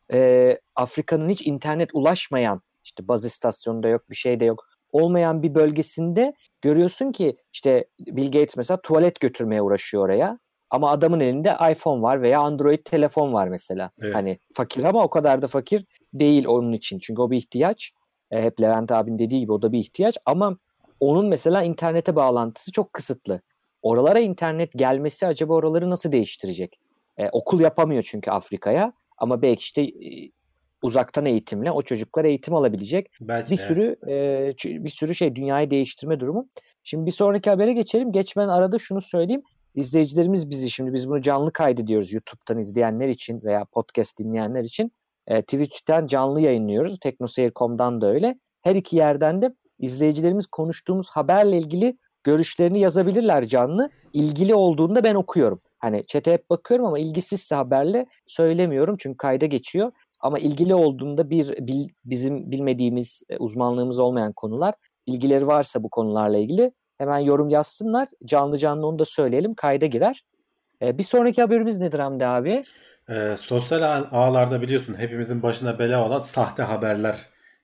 e, Afrika'nın hiç internet ulaşmayan, işte baz istasyonu da yok, bir şey de yok, olmayan bir bölgesinde görüyorsun ki işte Bill Gates mesela tuvalet götürmeye uğraşıyor oraya. Ama adamın elinde iPhone var veya Android telefon var mesela. Evet. Hani fakir ama o kadar da fakir değil onun için. Çünkü o bir ihtiyaç. E, hep Levent abinin dediği gibi o da bir ihtiyaç. Ama onun mesela internete bağlantısı çok kısıtlı. Oralara internet gelmesi acaba oraları nasıl değiştirecek? E, okul yapamıyor çünkü Afrika'ya. Ama belki işte e, uzaktan eğitimle o çocuklar eğitim alabilecek. Belki bir de. sürü e, bir sürü şey dünyayı değiştirme durumu. Şimdi bir sonraki habere geçelim. Geçmeden arada şunu söyleyeyim. İzleyicilerimiz bizi şimdi biz bunu canlı kaydediyoruz YouTube'dan izleyenler için veya podcast dinleyenler için. E, Twitch'ten canlı yayınlıyoruz. teknoseyir nokta com'dan da öyle. Her iki yerden de izleyicilerimiz konuştuğumuz haberle ilgili görüşlerini yazabilirler canlı. İlgili olduğunda ben okuyorum. Hani chat'e hep bakıyorum ama ilgisizse haberle söylemiyorum çünkü kayda geçiyor. Ama ilgili olduğunda bir bil, bizim bilmediğimiz, uzmanlığımız olmayan konular, ilgileri varsa bu konularla ilgili hemen yorum yazsınlar. Canlı canlı onu da söyleyelim. Kayda girer. Ee, bir sonraki haberimiz nedir Hamdi abi? Ee, sosyal ağlarda biliyorsun hepimizin başına bela olan sahte haberler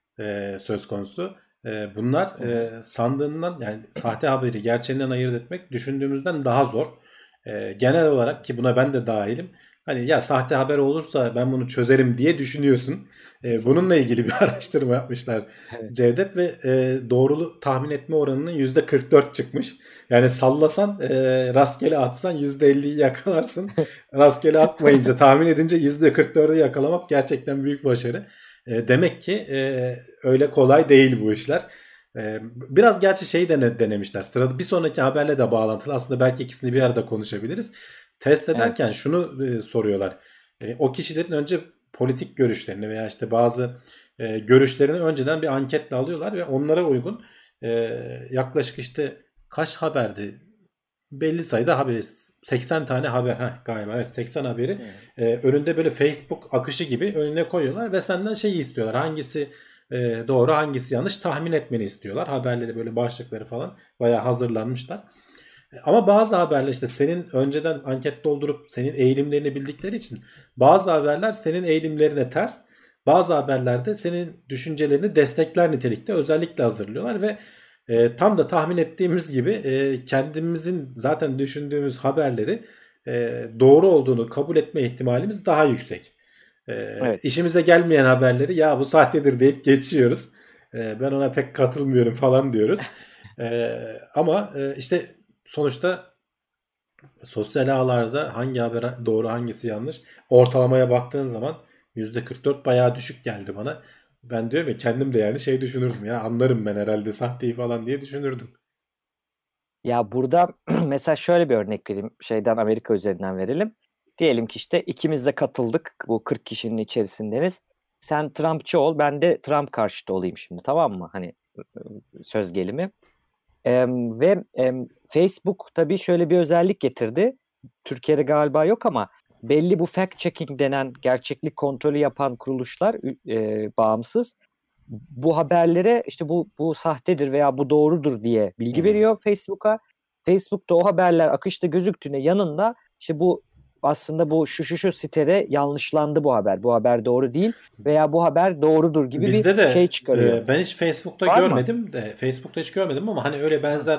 e, söz konusu. E, bunlar e, sandığından yani sahte haberi gerçeğinden ayırt etmek düşündüğümüzden daha zor. E, genel olarak ki buna ben de dahilim. Hani ya sahte haber olursa ben bunu çözerim diye düşünüyorsun. E, bununla ilgili bir araştırma yapmışlar evet. Cevdet ve e, doğrulu tahmin etme oranının yüzde kırk dört çıkmış. Yani sallasan e, rastgele atsan yüzde elliyi yakalarsın. Rastgele atmayınca tahmin edince yüzde kırk dördü yakalamak gerçekten büyük başarı. E, demek ki e, öyle kolay değil bu işler. E, biraz gerçi şeyi de denemişler. Sırada bir sonraki haberle de bağlantılı. Aslında belki ikisini bir arada konuşabiliriz. Test ederken evet. şunu e, soruyorlar. E, o kişilerin önce politik görüşlerini veya işte bazı e, görüşlerini önceden bir anketle alıyorlar ve onlara uygun e, yaklaşık işte kaç haberdi? Belli sayıda haberi. seksen tane haber heh, galiba. Evet, seksen haberi hmm. e, önünde böyle Facebook akışı gibi önüne koyuyorlar ve senden şeyi istiyorlar. Hangisi e, doğru hangisi yanlış tahmin etmeni istiyorlar. Haberleri böyle başlıkları falan bayağı hazırlanmışlar. Ama bazı haberler işte senin önceden anket doldurup senin eğilimlerini bildikleri için bazı haberler senin eğilimlerine ters, bazı haberlerde senin düşüncelerini destekler nitelikte özellikle hazırlıyorlar ve e, tam da tahmin ettiğimiz gibi e, kendimizin zaten düşündüğümüz haberleri e, doğru olduğunu kabul etme ihtimalimiz daha yüksek. E, evet. İşimize gelmeyen haberleri ya bu sahtedir deyip geçiyoruz. E, ben ona pek katılmıyorum falan diyoruz. E, ama e, işte sonuçta sosyal ağlarda hangi haber doğru hangisi yanlış ortalamaya baktığın zaman yüzde kırk dört bayağı düşük geldi bana. Ben diyorum ya kendim de yani şey düşünürdüm ya anlarım ben herhalde sahteyi falan diye düşünürdüm. Ya burada mesela şöyle bir örnek vereyim şeyden Amerika üzerinden verelim. Diyelim ki işte ikimiz de katıldık bu kırk kişinin içerisindeniz. Sen Trumpçı ol ben de Trump karşıtı olayım şimdi tamam mı? Hani söz gelimi. Ee, ve e, Facebook tabii şöyle bir özellik getirdi. Türkiye'de galiba yok ama belli bu fact checking denen gerçeklik kontrolü yapan kuruluşlar e, bağımsız bu haberlere işte bu bu sahtedir veya bu doğrudur diye bilgi hmm. veriyor Facebook'a. Facebook da o haberler akışta gözüktüğüne yanında işte bu aslında bu şu şu şu sitede yanlışlandı bu haber. Bu haber doğru değil veya bu haber doğrudur gibi Bizde bir de, şey çıkarıyor. E, ben hiç Facebook'ta Var görmedim mı? de Facebook'ta hiç görmedim ama hani öyle benzer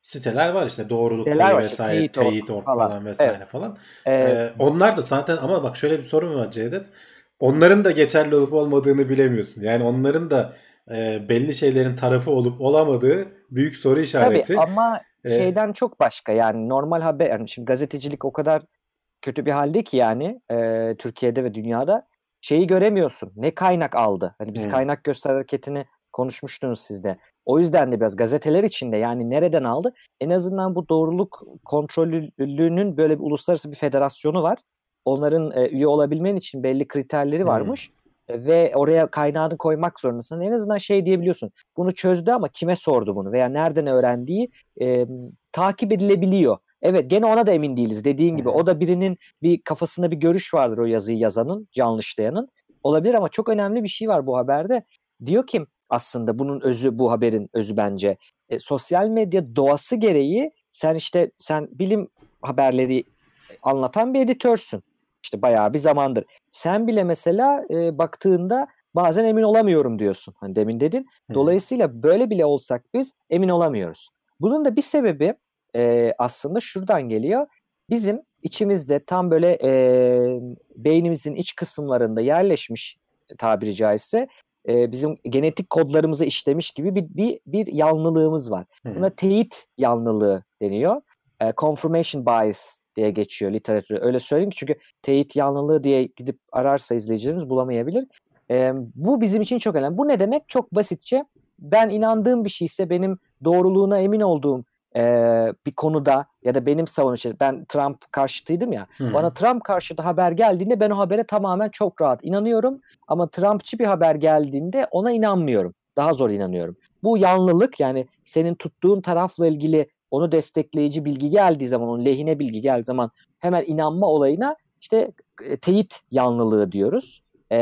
siteler var işte doğruluk Siteler payı var işte, vesaire, teyit org teyit org falan. falan vesaire Evet. falan. Ee, Ee, onlar da zaten ama bak şöyle bir sorun var Cevdet. Onların da geçerli olup olmadığını bilemiyorsun. Yani onların da e, belli şeylerin tarafı olup olamadığı büyük soru tabii işareti. ama Ee, şeyden çok başka yani normal haber, yani şimdi gazetecilik o kadar kötü bir halde ki yani e, Türkiye'de ve dünyada şeyi göremiyorsun. Ne kaynak aldı? Hani biz hmm, kaynak göster hareketini konuşmuştunuz siz de. O yüzden de biraz gazeteler içinde yani nereden aldı? En azından bu doğruluk kontrolünün böyle bir uluslararası bir federasyonu var. Onların e, üye olabilmen için belli kriterleri hmm. varmış. E, ve oraya kaynağını koymak zorundasın. En azından şey diyebiliyorsun. Bunu çözdü ama kime sordu bunu veya nereden öğrendiği e, takip edilebiliyor. Evet, gene ona da emin değiliz. Dediğin gibi Hı-hı. o da birinin bir kafasında bir görüş vardır, o yazıyı yazanın, yanlışlayanın. Olabilir ama çok önemli bir şey var bu haberde. Diyor ki aslında bunun özü, bu haberin özü bence. E, sosyal medya doğası gereği sen işte sen bilim haberleri anlatan bir editörsün. İşte bayağı bir zamandır. Sen bile mesela e, baktığında bazen emin olamıyorum diyorsun. Hani demin dedin. Hı-hı. Dolayısıyla böyle bile olsak biz emin olamıyoruz. Bunun da bir sebebi e, aslında şuradan geliyor. Bizim içimizde tam böyle e, beynimizin iç kısımlarında yerleşmiş, tabiri caizse e, bizim genetik kodlarımızı işlemiş gibi bir, bir, bir yanlılığımız var. Hı-hı. Buna teyit yanlılığı deniyor. E, confirmation bias diye geçiyor literatürde. Öyle söyleyeyim ki çünkü teyit yanlılığı diye gidip ararsa izleyicilerimiz bulamayabilir. E, bu bizim için çok önemli. Bu ne demek? Çok basitçe ben inandığım bir şeyse, benim doğruluğuna emin olduğum e, bir konuda ya da benim savunucu, ben Trump karşıtıydım ya, Hı-hı. bana Trump karşıtı haber geldiğinde ben o habere tamamen çok rahat inanıyorum ama Trumpçı bir haber geldiğinde ona inanmıyorum. Daha zor inanıyorum. Bu yanlılık, yani senin tuttuğun tarafla ilgili onu destekleyici bilgi geldiği zaman, onun lehine bilgi geldiği zaman hemen inanma olayına işte e, teyit yanlılığı diyoruz. E,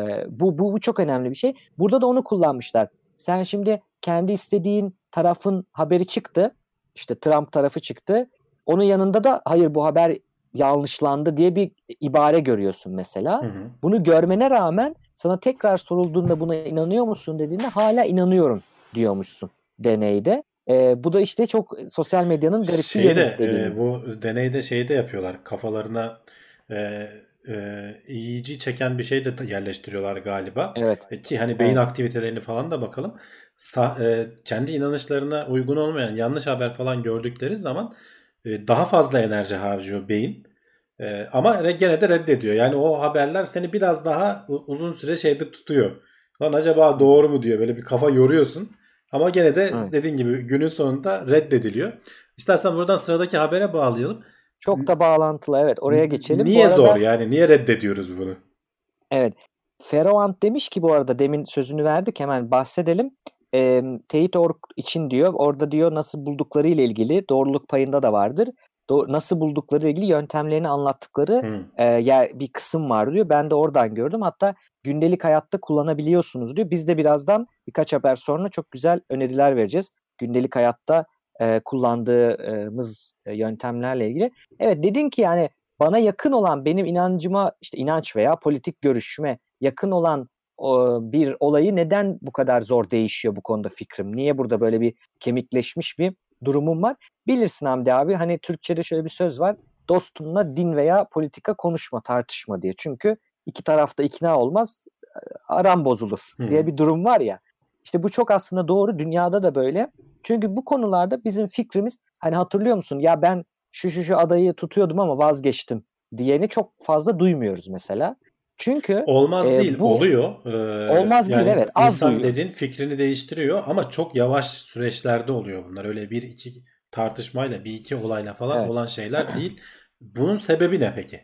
bu, bu, bu çok önemli bir şey. Burada da onu kullanmışlar. Sen şimdi kendi istediğin tarafın haberi çıktı. İşte Trump tarafı çıktı. Onun yanında da hayır bu haber yanlışlandı diye bir ibare görüyorsun mesela. Hı-hı. Bunu görmene rağmen sana tekrar sorulduğunda buna inanıyor musun dediğinde hala inanıyorum diyormuşsun deneyde. E, bu da işte çok sosyal medyanın garip bir Şeyde yönü dediğim e, gibi. bu deneyde şeyde yapıyorlar. Kafalarına e, e, E E G çeken bir şey de yerleştiriyorlar galiba. Evet. E, ki hani beyin Evet. aktivitelerini falan da bakalım. Sa- e, kendi inanışlarına uygun olmayan yanlış haber falan gördükleri zaman e, daha fazla enerji harcıyor beyin. E, ama re- gene de reddediyor. Yani o haberler seni biraz daha u- uzun süre şeyde tutuyor. Lan acaba doğru mu diyor. Böyle bir kafa yoruyorsun. Ama gene de Evet. dediğin gibi günün sonunda reddediliyor. İstersen buradan sıradaki habere bağlayalım. Çok da bağlantılı, evet, oraya N- geçelim. Bu Niye zor arada yani? Niye reddediyoruz bunu? evet, Ferroant demiş ki bu arada, demin sözünü verdik, hemen bahsedelim. E, teyit org için diyor, orada diyor nasıl buldukları ile ilgili doğruluk payında da vardır. Do- nasıl buldukları ile ilgili yöntemlerini anlattıkları Hı. e, yer, bir kısım var diyor. Ben de oradan gördüm. Hatta gündelik hayatta kullanabiliyorsunuz diyor. Biz de birazdan birkaç haber sonra çok güzel öneriler vereceğiz. Gündelik hayatta e, kullandığımız e, yöntemlerle ilgili. Evet, dedin ki yani bana yakın olan, benim inancıma, işte inanç veya politik görüşüme yakın olan o, bir olayı neden bu kadar zor değişiyor bu konuda fikrim? Niye burada böyle bir kemikleşmiş bir durumum var? Bilirsin Hamdi abi, hani Türkçe'de şöyle bir söz var. Dostunla din veya politika konuşma, tartışma diye. Çünkü iki tarafta ikna olmaz, aram bozulur Hı. diye bir durum var ya. İşte bu çok aslında doğru. Dünyada da böyle. Çünkü bu konularda bizim fikrimiz, hani hatırlıyor musun? Ya ben şu şu şu adayı tutuyordum ama vazgeçtim diyeni çok fazla duymuyoruz mesela. Çünkü Olmaz e, değil, bu oluyor. Ee, olmaz değil, yani evet, az insan duyuyoruz. dediğin fikrini değiştiriyor ama çok yavaş süreçlerde oluyor bunlar. Öyle bir iki tartışmayla, bir iki olayla falan Evet. olan şeyler değil. Bunun sebebi ne peki?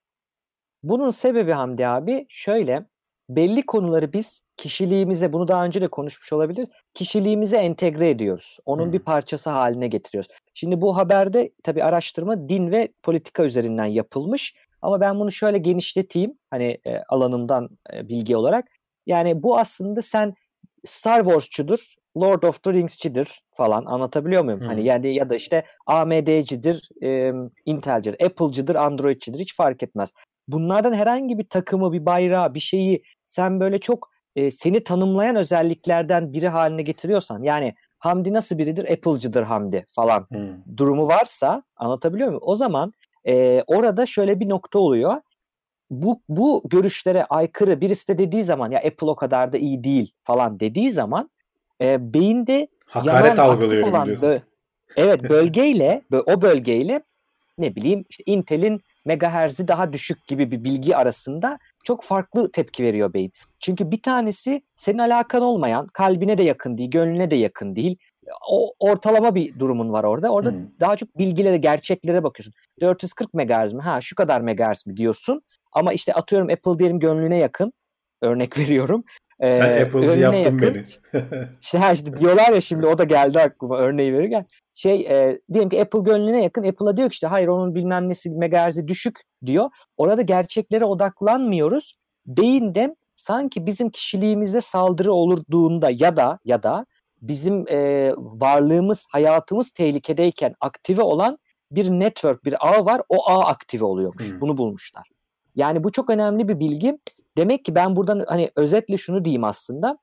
Bunun sebebi Hamdi abi şöyle: belli konuları biz kişiliğimize, bunu daha önce de konuşmuş olabiliriz, kişiliğimize entegre ediyoruz. Onun bir Hı. parçası haline getiriyoruz. Şimdi bu haberde tabii araştırma din ve politika üzerinden yapılmış ama ben bunu şöyle genişleteyim, hani e, alanımdan e, bilgi olarak. Yani bu aslında sen Star Wars'çudur, Lord of the Rings'çidir falan, anlatabiliyor muyum? Hani Hı. yani ya da işte A M D'cidir, e, Intel'cidir, Apple'cıdır, Android'cidir, hiç fark etmez. Bunlardan herhangi bir takımı, bir bayrağı, bir şeyi sen böyle çok e, seni tanımlayan özelliklerden biri haline getiriyorsan, yani Hamdi nasıl biridir? Apple'cıdır Hamdi falan Hmm. durumu varsa, anlatabiliyor muyum? O zaman e, orada şöyle bir nokta oluyor. Bu, bu görüşlere aykırı birisi de dediği zaman ya Apple o kadar da iyi değil falan dediği zaman e, beyinde Hakaret yanan aktif algılıyorum olan diyorsun. bö- evet bölgeyle o bölgeyle ne bileyim işte Intel'in megahertz'i daha düşük gibi bir bilgi arasında çok farklı tepki veriyor beyin. Çünkü bir tanesi senin alakan olmayan, kalbine de yakın değil, gönlüne de yakın değil. O ortalama bir durumun var orada. Orada Hmm. daha çok bilgilere, gerçeklere bakıyorsun. dört yüz kırk megahertz mi? Ha şu kadar megahertz mi diyorsun. Ama işte atıyorum Apple diyelim gönlüne yakın. Örnek veriyorum. Ee, Sen Apple'cı gönlüne yaptın yakın. beni. İşte, ha işte diyorlar ya şimdi o da geldi aklıma örneği verirken. Şey e, diyelim ki Apple gönlüne yakın. Apple'a diyor ki işte hayır onun bilmem nesi megahertz'i düşük diyor. Orada gerçeklere odaklanmıyoruz. Beyinde sanki bizim kişiliğimize saldırı olurduğunda ya da ya da bizim e, varlığımız, hayatımız tehlikedeyken aktive olan bir network, bir ağ var. O ağ aktive oluyormuş. Hmm. Bunu bulmuşlar. Yani bu çok önemli bir bilgi. Demek ki ben buradan hani özetle şunu diyeyim aslında.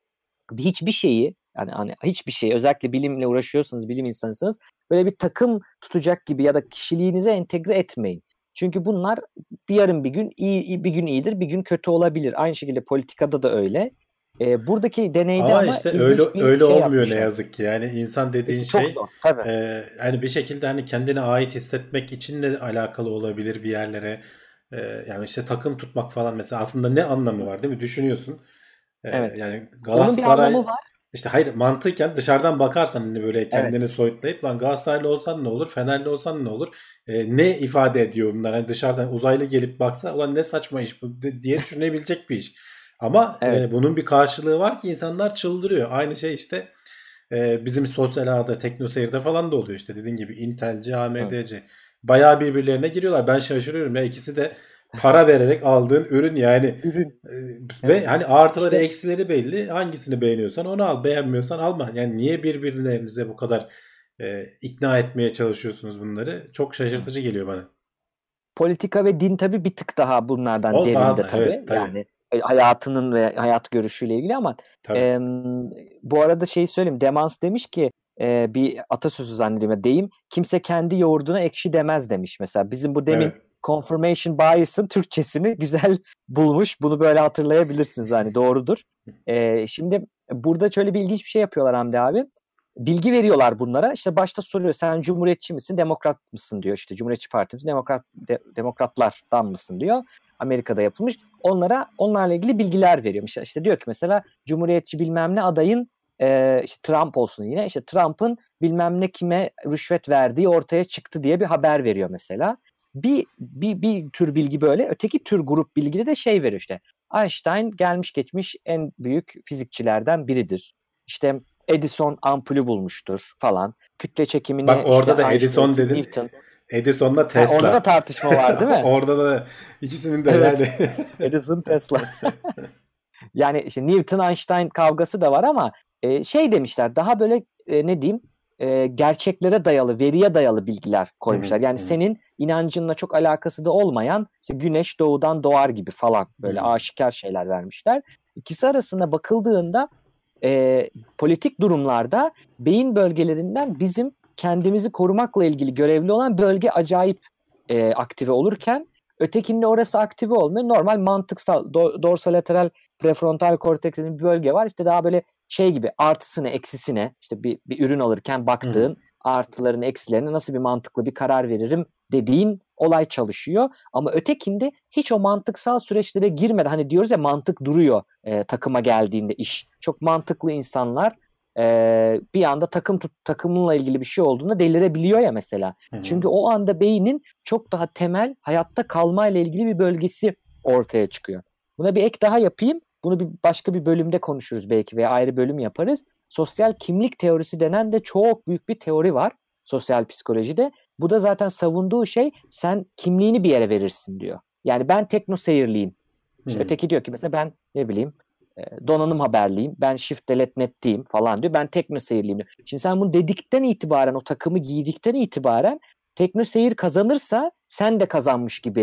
Hiçbir şeyi yani hani hiçbir şey özellikle bilimle uğraşıyorsanız, bilim insanısınız böyle bir takım tutacak gibi ya da kişiliğinize entegre etmeyin. Çünkü bunlar bir yarın bir gün iyi bir gün iyidir, bir gün kötü olabilir. Aynı şekilde politikada da öyle. Ee, buradaki deneyde ama, ama işte ilginç öyle bir öyle şey olmuyor yapmışlar. ne yazık ki. Yani insan dediğin İşte çok şey zor tabii. e, hani bir şekilde hani kendine ait hissetmek için de alakalı olabilir bir yerlere. E, yani işte takım tutmak falan mesela aslında ne anlamı var değil mi? Düşünüyorsun. E, Evet. yani Onun bir Galatasaray anlamı var. işte hayır mantıken dışarıdan bakarsan hani böyle Evet. kendini soyutlayıp lan Galatasaraylı olsan ne olur? Fenerli olsan ne olur? E, ne ifade ediyor bunlar? Hani dışarıdan uzaylı gelip baksa ulan ne saçma iş bu diye düşünebilecek bir iş. Ama Evet. e, bunun bir karşılığı var ki insanlar çıldırıyor. Aynı şey işte e, bizim sosyal ağda, teknoseyirde falan da oluyor işte dediğin gibi Intel'ci, A M D'ci. Bayağı birbirlerine giriyorlar. Ben şaşırıyorum ya ikisi de para vererek aldığın ürün yani. Ürün. E, ve Evet. hani artıları İşte eksileri belli. Hangisini beğeniyorsan onu al. Beğenmiyorsan alma. Yani niye birbirlerinize bu kadar e, ikna etmeye çalışıyorsunuz bunları? Çok şaşırtıcı geliyor bana. politika ve din tabii bir tık daha bunlardan O daha derinde da tabii. evet tabii. Yani e, hayatının ve hayat görüşüyle ilgili ama Tabii. e, bu arada şeyi söyleyeyim. Demans demiş ki e, bir atasözü zannediyorum. Deyim kimse kendi yoğurduna ekşi demez demiş. Mesela bizim bu demin Evet. confirmation bias'ın Türkçesini güzel bulmuş. Bunu böyle hatırlayabilirsiniz hani doğrudur. E, şimdi burada şöyle bir ilginç bir şey yapıyorlar Hamdi abi. Bilgi veriyorlar bunlara. İşte başta soruyor sen cumhuriyetçi misin, demokrat mısın diyor. İşte Cumhuriyetçi Partimiz demokrat de, demokratlardan mısın diyor. Amerika'da yapılmış. Onlara onlarla ilgili bilgiler veriyor. İşte, işte diyor ki mesela cumhuriyetçi bilmem ne adayın e, işte Trump olsun yine. İşte Trump'ın bilmem ne kime rüşvet verdiği ortaya çıktı diye bir haber veriyor mesela. Bir, bir, bir tür bilgi böyle. Öteki tür grup bilgide de şey veriyor işte. Einstein gelmiş geçmiş en büyük fizikçilerden biridir. İşte Edison ampulü bulmuştur falan. Kütle çekimini Bak işte orada da Einstein, Edison dedin. Newton. Edison'la Ha, orada da Tesla. tartışma var değil mi? Orada da ikisinin de Evet. yani. Edison, Tesla. Yani işte Newton-Einstein kavgası da var ama e, şey demişler daha böyle e, ne diyeyim e, gerçeklere dayalı, veriye dayalı bilgiler koymuşlar. Yani senin inancınla çok alakası da olmayan işte güneş doğudan doğar gibi falan böyle aşikar şeyler vermişler. İkisi arasında bakıldığında e, politik durumlarda beyin bölgelerinden bizim kendimizi korumakla ilgili görevli olan bölge acayip e, aktive olurken ötekinde orası aktive olmuyor. Normal mantıksal do, dorsolateral prefrontal korteksin bir bölge var. İşte daha böyle şey gibi artısını eksisine işte bir, bir ürün alırken baktığın artılarını eksilerini nasıl bir mantıklı bir karar veririm dediğin olay çalışıyor. Ama ötekinde hiç o mantıksal süreçlere girmeden hani diyoruz ya mantık duruyor e, takıma geldiğinde iş. Çok mantıklı insanlar e, bir anda takım tut, takımınla ilgili bir şey olduğunda delirebiliyor ya mesela. Hı hı. Çünkü o anda beynin çok daha temel hayatta kalmayla ilgili bir bölgesi ortaya çıkıyor. Buna bir ek daha yapayım. Bunu bir başka bir bölümde konuşuruz belki veya ayrı bölüm yaparız. Sosyal kimlik teorisi denen de çok büyük bir teori var sosyal psikolojide. Bu da zaten savunduğu şey sen kimliğini bir yere verirsin diyor. Yani ben tekno seyirliyim. İşte hmm. Öteki diyor ki mesela ben ne bileyim donanım haberliyim. Ben shift delete net'teyim falan diyor. Ben tekno seyirliyim diyor. Şimdi sen bunu dedikten itibaren o takımı giydikten itibaren tekno seyir kazanırsa sen de kazanmış gibi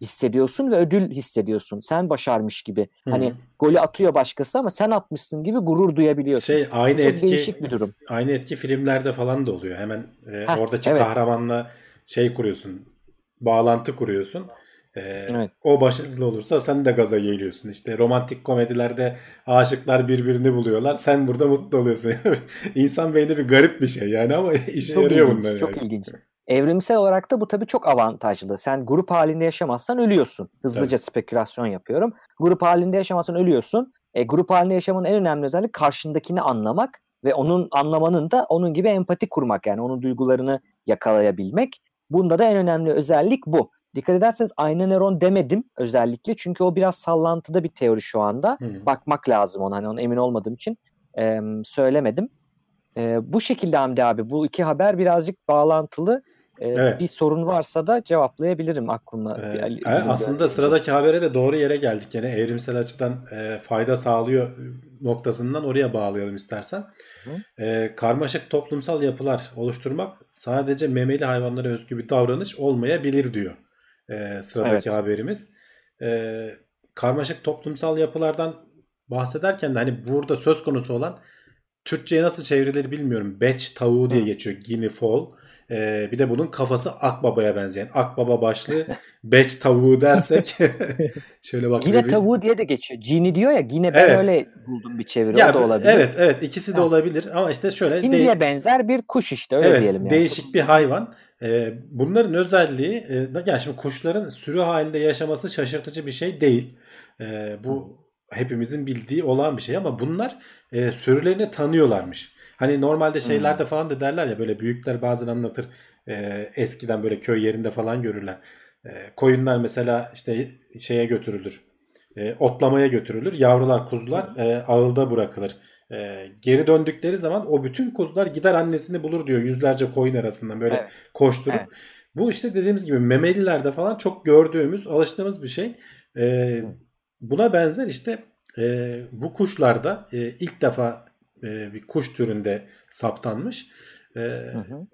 hissediyorsun ve ödül hissediyorsun. Sen başarmış gibi. Hı. Hani golü atıyor başkası ama sen atmışsın gibi gurur duyabiliyorsun. Şey aynı Çok etki değişik bir durum. Aynı etki filmlerde falan da oluyor. Hemen e, Heh, oradaki evet. kahramanla şey kuruyorsun. Bağlantı kuruyorsun. E, Evet. O başarılı olursa sen de gaza geliyorsun. İşte romantik komedilerde aşıklar birbirini buluyorlar. Sen burada mutlu oluyorsun. İnsan beyni bir garip bir şey yani ama işe Çok yarıyor ilginç, bunlar çok yani. ilginç. Evrimsel olarak da bu tabii çok avantajlı. Sen grup halinde yaşamazsan ölüyorsun. Hızlıca Evet. spekülasyon yapıyorum. Grup halinde yaşamazsan ölüyorsun. E, grup halinde yaşamanın en önemli özelliği karşındakini anlamak ve onun anlamanın da onun gibi empati kurmak, yani onun duygularını yakalayabilmek. Bunda da en önemli özellik bu. Dikkat ederseniz ayna nöron demedim özellikle çünkü o biraz sallantıda bir teori şu anda. Hı. Bakmak lazım ona, hani ona emin olmadığım için e, söylemedim. E, bu şekilde Hamdi abi, bu iki haber birazcık bağlantılı. E, Evet. bir sorun varsa da cevaplayabilirim aklıma. Ee, bir, aslında sıradaki habere de doğru yere geldik. Yani evrimsel açıdan e, fayda sağlıyor noktasından oraya bağlayalım istersen. E, karmaşık toplumsal yapılar oluşturmak sadece memeli hayvanlara özgü bir davranış olmayabilir diyor e, sıradaki Evet. haberimiz. E, karmaşık toplumsal yapılardan bahsederken de hani burada söz konusu olan, Türkçe'ye nasıl çevrilir bilmiyorum. Beç tavuğu diye Hı. geçiyor. Guinea fowl. Ee, bir de bunun kafası akbabaya benzeyen. Akbaba başlı beç tavuğu dersek şöyle bak. Gine bir- tavuğu diye de geçiyor. Gini diyor ya. Gine, ben Evet. öyle buldum bir çeviri. Ya o da olabilir. evet evet ikisi de Ha. olabilir ama işte şöyle Hindiye de- benzer bir kuş işte, öyle evet, diyelim yani. değişik bir hayvan. Ee, bunların özelliği e, yani şimdi kuşların sürü halinde yaşaması şaşırtıcı bir şey değil. Ee, bu hepimizin bildiği olan bir şey ama bunlar e, sürülerini tanıyorlarmış. Hani normalde şeylerde falan da derler ya, böyle büyükler bazen anlatır. E, eskiden böyle köy yerinde falan görürler. E, koyunlar mesela işte şeye götürülür. E, otlamaya götürülür. Yavrular, kuzular e, ağılda bırakılır. E, geri döndükleri zaman o bütün kuzular gider annesini bulur diyor. Yüzlerce koyun arasından böyle Evet. koşturup. Evet. Bu işte dediğimiz gibi memelilerde falan çok gördüğümüz, alıştığımız bir şey. E, buna benzer işte e, bu kuşlarda e, ilk defa e, bir kuş türünde saptanmış. E, Hı hı.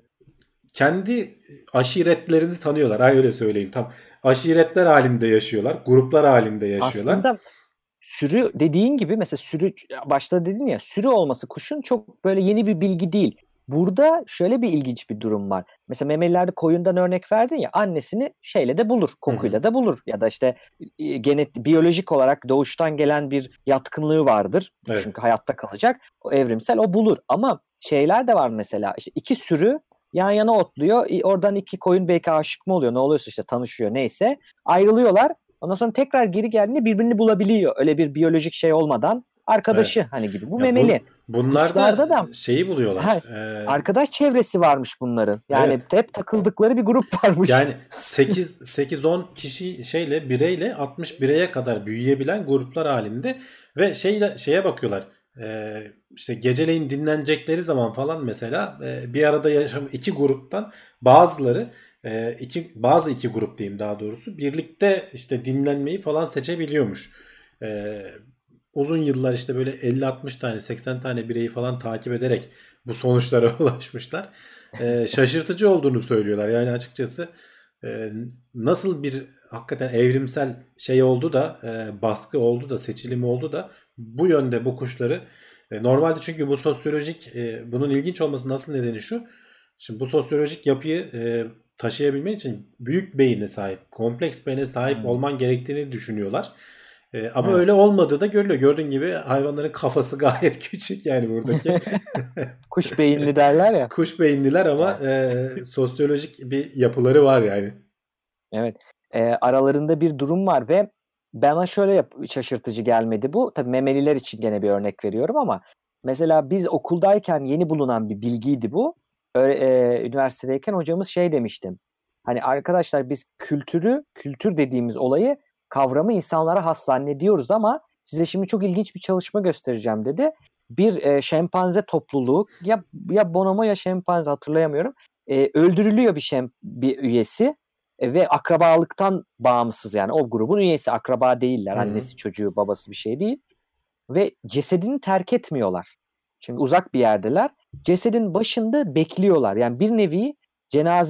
kendi aşiretlerini tanıyorlar. Ay öyle söyleyeyim. Tam aşiretler halinde yaşıyorlar. Gruplar halinde yaşıyorlar. Aslında sürü dediğin gibi, mesela sürü, başta dedin ya, sürü olması kuşun çok böyle yeni bir bilgi değil. Burada şöyle bir ilginç bir durum var. Mesela memelilerde koyundan örnek verdin ya, annesini şeyle de bulur, kokuyla Hı hı. da bulur. Ya da işte e, genet biyolojik olarak doğuştan gelen bir yatkınlığı vardır. Evet. Çünkü hayatta kalacak. O evrimsel, o bulur. Ama şeyler de var mesela. İşte iki sürü yan yana otluyor. E, Oradan iki koyun belki aşık mı oluyor, ne oluyorsa işte tanışıyor, neyse. Ayrılıyorlar. Ondan sonra tekrar geri geldiğinde birbirini bulabiliyor. Öyle bir biyolojik şey olmadan. Arkadaşı Evet. hani gibi. Bu Ya memeli. bu, bunlar Kuşlarda da da şeyi buluyorlar. ha, Ee, arkadaş çevresi varmış bunların. Yani evet. hep takıldıkları bir grup varmış. Yani sekiz sekiz on kişi şeyle bireyle altmış bireye kadar büyüyebilen gruplar halinde ve şeyle şeye bakıyorlar. Ee, işte geceleyin dinlenecekleri zaman falan mesela e, bir arada yaşam iki gruptan bazıları e, iki bazı iki grup diyeyim daha doğrusu, birlikte işte dinlenmeyi falan seçebiliyormuş. Ee, uzun yıllar işte böyle elli altmış tane seksen tane bireyi falan takip ederek bu sonuçlara ulaşmışlar. Ee, şaşırtıcı olduğunu söylüyorlar. Yani açıkçası e, nasıl bir hakikaten evrimsel şey oldu da e, baskı oldu da seçilim oldu da bu yönde bu kuşları e, normalde, çünkü bu sosyolojik e, bunun ilginç olması nasıl nedeni şu. Şimdi bu sosyolojik yapıyı e, taşıyabilmen için büyük beyine sahip, kompleks beyne sahip Hmm. olman gerektiğini düşünüyorlar. E, ama Evet. öyle olmadığı da görülüyor. Gördüğün gibi hayvanların kafası gayet küçük yani buradaki. Kuş beyinli derler ya. Kuş beyinliler ama e, sosyolojik bir yapıları var yani. Evet. E, aralarında bir durum var ve bana şöyle yap- şaşırtıcı gelmedi bu. Tabii memeliler için gene bir örnek veriyorum ama mesela biz okuldayken yeni bulunan bir bilgiydi bu. Öyle, e, üniversitedeyken hocamız şey demişti. Hani arkadaşlar, biz kültürü, kültür dediğimiz olayı, kavramı insanlara has zannediyoruz ama size şimdi çok ilginç bir çalışma göstereceğim dedi. Bir e, şempanze topluluğu, ya ya bonomo ya şempanze, hatırlayamıyorum. E, öldürülüyor bir şem bir üyesi. E, ve akrabalıktan bağımsız, yani o grubun üyesi, akraba değiller. Hı hı. Annesi, çocuğu, babası bir şey değil. Ve cesedini terk etmiyorlar. Çünkü uzak bir yerdeler. Cesedin başında bekliyorlar. Yani bir nevi cenaze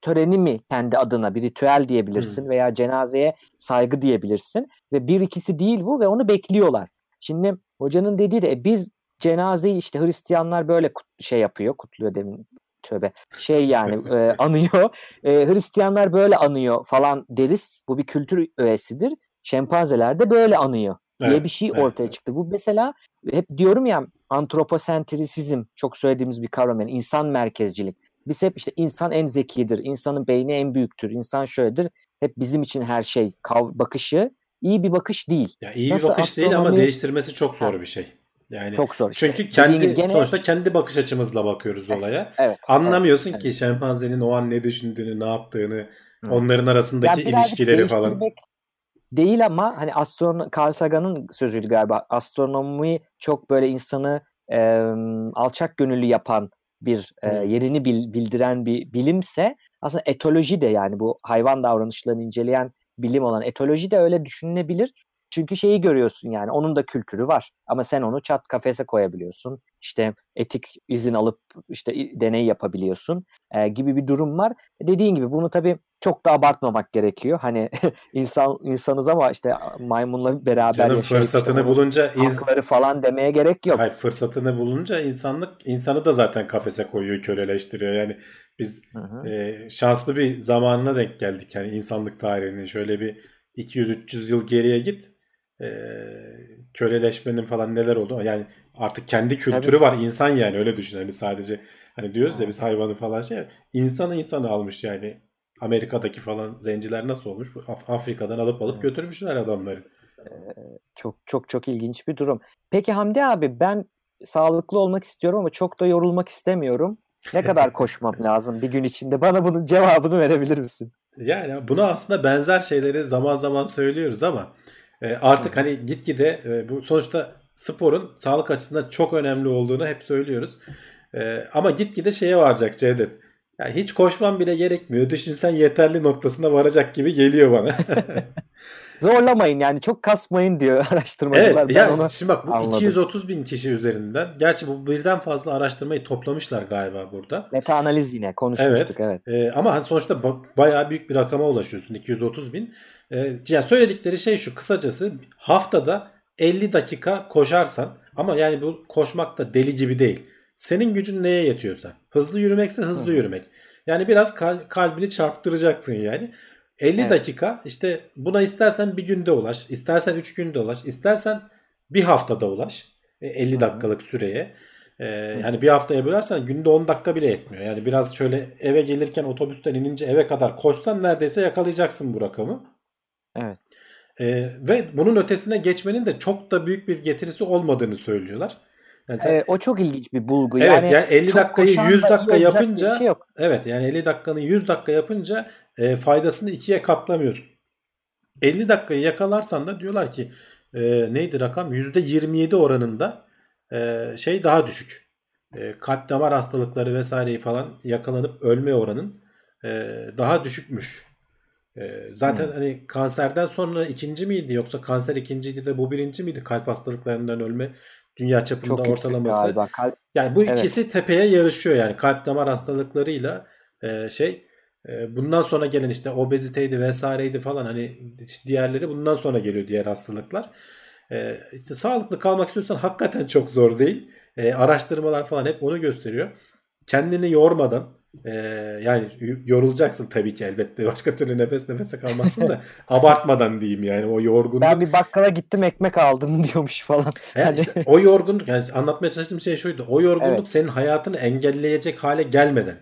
töreni mi kendi adına, bir ritüel diyebilirsin Hmm. veya cenazeye saygı diyebilirsin ve bir ikisi değil bu ve onu bekliyorlar. Şimdi hocanın dediği de e, biz cenazeyi işte Hristiyanlar böyle kut- şey yapıyor, kutluyor demin, tövbe şey yani e, anıyor. E, Hristiyanlar böyle anıyor falan deriz. Bu bir kültür öğesidir. Şempanzeler de böyle anıyor diye Evet, bir şey evet, ortaya evet. çıktı. Bu mesela hep diyorum ya, antroposentrisizm çok söylediğimiz bir kavram, yani insan merkezcilik. Biz hep işte insan en zekidir, insanın beyni en büyüktür, insan şöyledir. Hep bizim için her şey kav- bakışı iyi bir bakış değil. Ya iyi bir Nasıl bakış değil ama astronomi değiştirmesi çok ha, zor bir şey. Yani çok zor işte. çünkü Dediğin gibi kendi gene sonuçta kendi bakış açımızla bakıyoruz eh, olaya. evet, evet, Anlamıyorsun evet. ki şempanzenin o an ne düşündüğünü, ne yaptığını, Hı. onların arasındaki Ya birazcık ilişkileri falan. değiştirmek değil ama hani astronom Carl Sagan'ın sözüydü galiba. Astronomi çok böyle insanı e, alçak gönüllü yapan bir e, Hmm. yerini bil, bildiren bir bilimse, aslında etoloji de, yani bu hayvan davranışlarını inceleyen bilim olan etoloji de öyle düşünülebilir. Çünkü şeyi görüyorsun, yani onun da kültürü var ama sen onu çat kafese koyabiliyorsun. İşte etik izin alıp işte deney yapabiliyorsun e, gibi bir durum var. Dediğin gibi bunu tabii çok da abartmamak gerekiyor. Hani insan insanız ama işte maymunla beraber Canım yaşayıp işte fırsatını onun bulunca ins hakları falan demeye gerek yok. Hayır, fırsatını bulunca insanlık insanı da zaten kafese koyuyor, köleleştiriyor. Yani biz Hı hı. e, şanslı bir zamanına denk geldik. Yani insanlık tarihinin şöyle bir iki yüz üç yüz yıl geriye git. E, köleleşmenin falan neler oldu? Yani artık kendi Tabii. kültürü var insan, yani öyle düşün. Hani sadece hani diyoruz ya Hı. biz hayvanı falan şey, insanı insanı almış yani. Amerika'daki falan zenciler nasıl olmuş? Af- Afrika'dan alıp alıp Evet. götürmüşler adamları. Çok çok çok ilginç bir durum. Peki Hamdi abi, ben sağlıklı olmak istiyorum ama çok da yorulmak istemiyorum. Ne kadar koşmam lazım bir gün içinde? Bana bunun cevabını verebilir misin? Yani buna aslında benzer şeyleri zaman zaman söylüyoruz ama e, Hı artık hı. hani gitgide e, bu sonuçta sporun sağlık açısından çok önemli olduğunu hep söylüyoruz. E, ama gitgide şeye varacak Cevdet. Yani hiç koşman bile gerekmiyor. Düşünsen yeterli noktasına varacak gibi geliyor bana. Zorlamayın, yani çok kasmayın diyor Evet, araştırmacılar. Ben yani onu şimdi bak bu anladım. iki yüz otuz bin kişi üzerinden, gerçi bu birden fazla araştırmayı toplamışlar galiba burada. Meta analiz yine konuşmuştuk, Evet. evet. Ee, ama hani sonuçta ba- bayağı büyük bir rakama ulaşıyorsun, iki yüz otuz bin. Ee, yani söyledikleri şey şu, kısacası haftada elli dakika koşarsan, ama yani bu koşmak da deli gibi değil. Senin gücün neye yetiyorsa. Hızlı yürümekse Hı hızlı hı. yürümek. Yani biraz kal- kalbini çarptıracaksın yani. elli Evet. dakika işte, buna istersen bir günde ulaş, istersen üç günde ulaş, istersen bir haftada ulaş. E, Hı elli hı. dakikalık süreye. Ee, Hı yani hı. bir haftaya bölersen günde on dakika bile yetmiyor. Yani biraz şöyle eve gelirken otobüsten inince eve kadar koşsan neredeyse yakalayacaksın bu rakamı. Evet. Ee, ve bunun ötesine geçmenin de çok da büyük bir getirisi olmadığını söylüyorlar. Yani sen, Ee, o çok ilginç bir bulgu. evet, Yani yani elli çok dakikayı koşan yüz da iyi dakika olacak diye bir şey yapınca, yok. evet yani elli dakikanın yüz dakika yapınca e, faydasını ikiye katlamıyorsun. elli dakikayı yakalarsan da diyorlar ki e, neydi rakam? yüzde yirmi yedi oranında e, şey daha düşük. E, kalp damar hastalıkları vesaireyi falan yakalanıp ölme oranın e, daha düşükmüş. E, zaten Hı. hani kanserden sonra ikinci miydi, yoksa kanser ikinciydi de bu birinci miydi? Kalp hastalıklarından ölme dünya çapında Çok yüksek ortalaması. galiba. Kalp. Yani bu Evet. ikisi tepeye yarışıyor, yani kalp damar hastalıklarıyla e, şey e, bundan sonra gelen işte obeziteydi vesaireydi falan, hani diğerleri bundan sonra geliyor, diğer hastalıklar. E, işte sağlıklı kalmak istiyorsan hakikaten çok zor değil. E, araştırmalar falan hep onu gösteriyor. Kendini yormadan, e, yani yorulacaksın tabii ki, elbette başka türlü nefes nefese kalmazsın da abartmadan diyeyim, yani o Ben yorgunluk. bir bakkala gittim, ekmek aldım diyormuş falan. E Hani işte o yorgunluk, yani anlatmaya çalıştığım şey şuydu. O evet. yorgunluk senin hayatını engelleyecek hale gelmeden.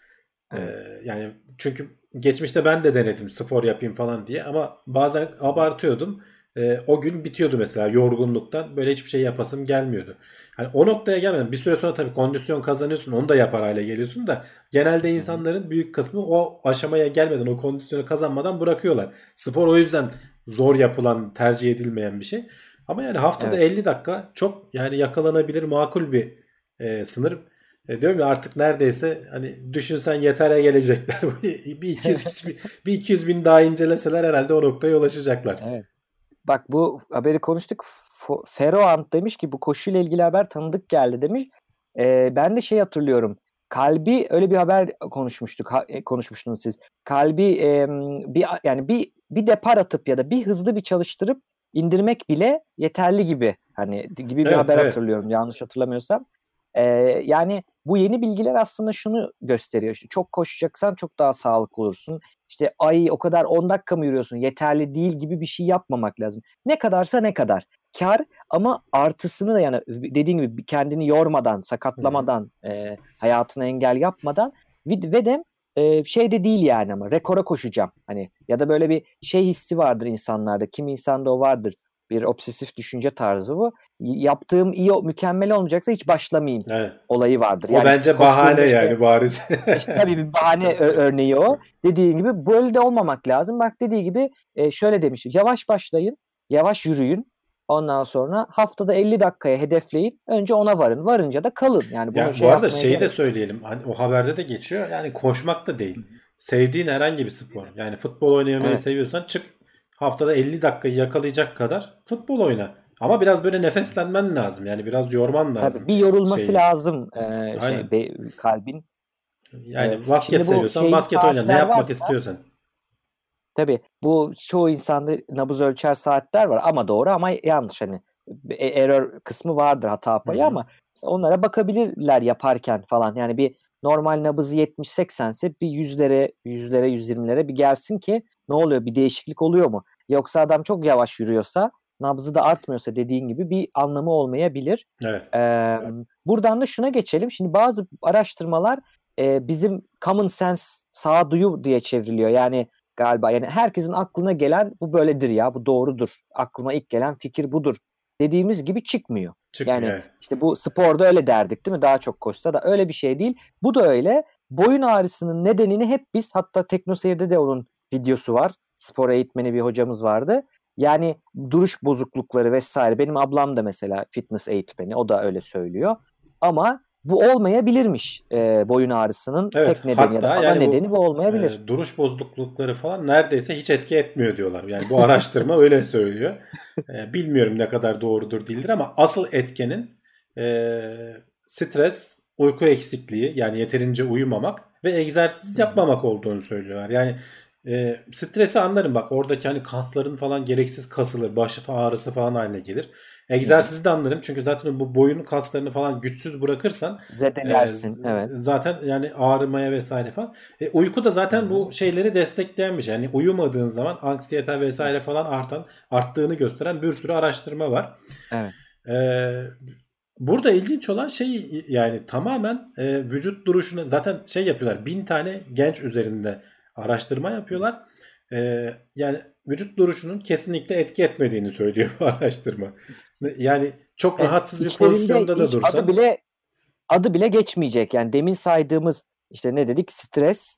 E, Evet. yani çünkü geçmişte ben de denedim spor yapayım falan diye, ama bazen abartıyordum. E, o gün bitiyordu mesela yorgunluktan. Böyle hiçbir şey yapasım gelmiyordu. Hani o noktaya gelmeden bir süre sonra tabii kondisyon kazanıyorsun. Onu da yapar hale geliyorsun da, genelde Hı hı. insanların büyük kısmı o aşamaya gelmeden, o kondisyonu kazanmadan bırakıyorlar. Spor o yüzden zor yapılan, tercih edilmeyen bir şey. Ama yani haftada Evet. elli dakika çok yani yakalanabilir, makul bir e, sınır. E, diyorum ya, artık neredeyse hani düşünsen yetere gelecekler. bir iki yüz kişi, bir iki yüz bin daha inceleseler herhalde o noktaya ulaşacaklar. Evet. Bak, bu haberi konuştuk. Fo- Feroant demiş ki bu koşuyla ilgili haber tanıdık geldi demiş. Ee, ben de şey hatırlıyorum. kalbi öyle bir haber konuşmuştuk ha, konuşmuştunuz siz. Kalbi e, bir yani bir bir depar atıp ya da bir hızlı bir çalıştırıp indirmek bile yeterli gibi hani gibi bir Evet, haber evet. hatırlıyorum yanlış hatırlamıyorsam. E, yani bu yeni bilgiler aslında şunu gösteriyor. İşte çok koşacaksan çok daha sağlıklı olursun. İşte ay o kadar on dakika mı yürüyorsun yeterli değil gibi bir şey yapmamak lazım. Ne kadarsa ne kadar. Kar ama artısını da yani dediğin gibi kendini yormadan, sakatlamadan, e, hayatına engel yapmadan ve, ve de e, şey de değil yani ama rekora koşacağım. Hani ya da böyle bir şey hissi vardır insanlarda. Kimi insanda o vardır. Bir obsesif düşünce tarzı bu. Yaptığım iyi, mükemmel olmayacaksa hiç başlamayayım Evet. olayı vardır. O Yani bence bahane işte, yani bariz. işte tabii bir bahane örneği o. Dediğin gibi böyle de olmamak lazım. Bak dediği gibi e, şöyle demiş. Yavaş başlayın, yavaş yürüyün. Ondan sonra haftada elli dakikaya hedefleyin. Önce ona varın. Varınca da kalın. Yani bunu Ya şey bu arada yapmaya şeyi de gerek. söyleyelim. Hani o haberde de geçiyor. Yani koşmak da değil. Sevdiğin herhangi bir spor. Yani futbol oynamayı Evet. seviyorsan çık haftada elli dakikayı yakalayacak kadar futbol oyna. Ama biraz böyle nefeslenmen lazım. Yani biraz yorman lazım Tabii bir yorulması şeyi. lazım e, Aynen. şey be, kalbin. E, Yani basket şimdi bu seviyorsan şeyli basket oyna. Ne saatler yapmak varsa istiyorsan. tabii bu çoğu insanda nabız ölçer saatler var ama doğru ama yanlış hani e- error kısmı vardır hata Hı payı hı. ama onlara bakabilirler yaparken falan yani bir normal nabızı yetmiş seksense bir yüzlere yüzlere yüz yirmilere bir gelsin ki ne oluyor bir değişiklik oluyor mu? Yoksa adam çok yavaş yürüyorsa nabzı da artmıyorsa dediğin gibi bir anlamı olmayabilir. Evet. Ee, buradan da şuna geçelim. Şimdi bazı araştırmalar e, bizim common sense sağduyu diye çevriliyor. Yani galiba yani herkesin aklına gelen bu böyledir ya bu doğrudur. Aklıma ilk gelen fikir budur dediğimiz gibi çıkmıyor. Çıkmıyor. Yani Evet. işte bu sporda öyle derdik değil mi? Daha çok koşsa da öyle bir şey değil. Bu da öyle. Boyun ağrısının nedenini hep biz hatta TeknoSeyir'de de onun videosu var. Spor eğitmeni bir hocamız vardı. Yani duruş bozuklukları vesaire. Benim ablam da mesela fitness eğitmeni. O da öyle söylüyor. Ama bu olmayabilirmiş e, boyun ağrısının Evet. tek nedeni ya da Hatta ana yani nedeni bu bu olmayabilir. e, duruş bozuklukları falan neredeyse hiç etki etmiyor diyorlar. Yani bu araştırma öyle söylüyor. E, bilmiyorum ne kadar doğrudur değildir ama asıl etkenin e, stres, uyku eksikliği yani yeterince uyumamak ve egzersiz yapmamak olduğunu söylüyorlar. Yani e, stresi anlarım bak oradaki hani kasların falan gereksiz kasılır, baş ağrısı falan haline gelir. Egzersizi de anlarım çünkü zaten bu boyun kaslarını falan güçsüz bırakırsan e, Zedelersin. z- Evet. zaten yani ağrımaya vesaire falan. E, uyku da zaten Hı-hı. bu şeyleri destekleyen bir şey. Yani uyumadığın zaman anksiyete vesaire falan artan arttığını gösteren bir sürü araştırma var. Evet. E, burada ilginç olan şey yani tamamen e, vücut duruşunu zaten şey yapıyorlar. Bin tane genç üzerinde araştırma yapıyorlar. E, yani vücut duruşunun kesinlikle etki etmediğini söylüyor bu araştırma. Yani çok Evet. rahatsız bir İçlerinde pozisyonda da hiç adı dursan bile adı bile geçmeyecek. Yani demin saydığımız işte ne dedik? Stres,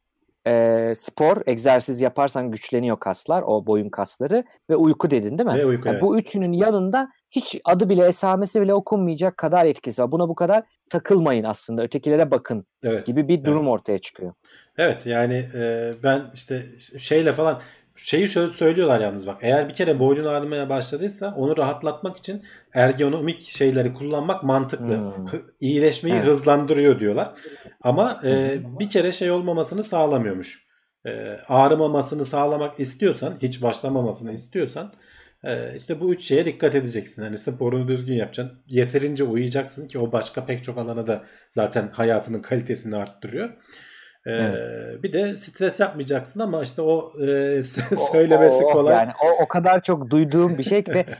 e, spor, egzersiz yaparsan güçleniyor kaslar, o boyun kasları ve uyku dedin değil mi? ve uyku Yani evet. bu üçünün yanında hiç adı bile esamesi bile okunmayacak kadar etkisi var. Buna bu kadar takılmayın aslında. Ötekilere bakın Evet. gibi bir Evet. durum ortaya çıkıyor. Evet yani e, ben işte şeyle falan şeyi şöyle söylüyorlar yalnız bak eğer bir kere boynun ağrımaya başladıysa onu rahatlatmak için ergonomik şeyleri kullanmak mantıklı. Hmm. Hı- iyileşmeyi Evet. hızlandırıyor diyorlar. Ama Hı e, hı. bir kere şey olmamasını sağlamıyormuş. E, ağrımamasını sağlamak istiyorsan hiç başlamamasını istiyorsan e, işte bu üç şeye dikkat edeceksin. Hani sporunu düzgün yapacaksın. Yeterince uyuyacaksın ki o başka pek çok alana da zaten hayatının kalitesini arttırıyor. Evet. Ee, bir de stres yapmayacaksın ama işte o e, O, söylemesi o kolay. yani o, o kadar çok duyduğum bir şey ki ve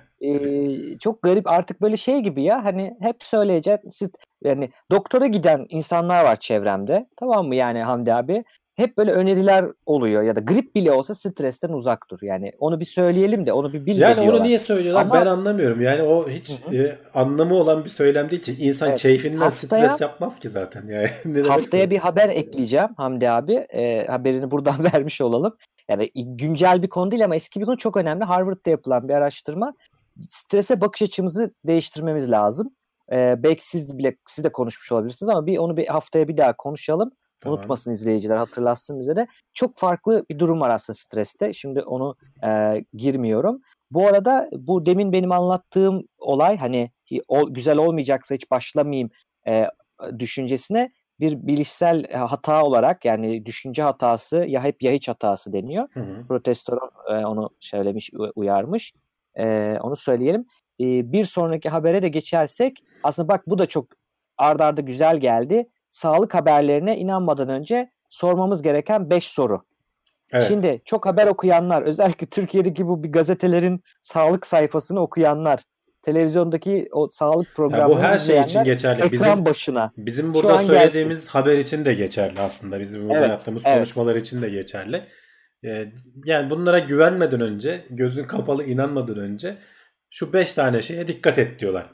e, çok garip artık böyle şey gibi ya hani hep söyleyecek yani doktora giden insanlar var çevremde tamam mı yani Hamdi abi hep böyle öneriler oluyor ya da grip bile olsa stresten uzak dur yani onu bir söyleyelim de onu bir bil de Yani onu diyorlar niye söylüyorlar ben ama anlamıyorum. Yani o hı hiç hı, e, anlamı olan bir söylem değil ki. İnsan evet keyfinden haftaya stres yapmaz ki zaten. Yani ne demekse. haftaya bir haber ekleyeceğim Hamdi abi. E, haberini buradan vermiş olalım. Yani güncel bir konu değil ama eski bir konu çok önemli. Harvard'da yapılan bir araştırma. Strese bakış açımızı değiştirmemiz lazım. E, belki siz bile siz de konuşmuş olabilirsiniz ama bir onu bir haftaya bir daha konuşalım. Tamam. Unutmasın izleyiciler, hatırlatsın bize de. Çok farklı bir durum var aslında streste. Şimdi onu e, girmiyorum. Bu arada bu demin benim anlattığım olay hani o güzel olmayacaksa hiç başlamayayım e, düşüncesine bir bilişsel hata olarak, yani düşünce hatası ya hep ya hiç hatası deniyor. Hı hı. Profesör e, onu söylemiş, uyarmış. E, onu söyleyelim. E, bir sonraki habere de geçersek, aslında bak bu da çok arda arda güzel geldi. Sağlık haberlerine inanmadan önce sormamız gereken beş soru. Evet. Şimdi çok haber okuyanlar, özellikle Türkiye'deki bu bir gazetelerin sağlık sayfasını okuyanlar, televizyondaki o sağlık programlarını bu her şey için izleyenler geçerli. ekran Bizim başına. bizim Şu burada an söylediğimiz gelsin. haber için de geçerli aslında. Bizim burada Evet, yaptığımız evet. konuşmalar için de geçerli. Ee, yani bunlara güvenmeden önce, gözün kapalı inanmadan önce şu beş tane şeye dikkat et diyorlar.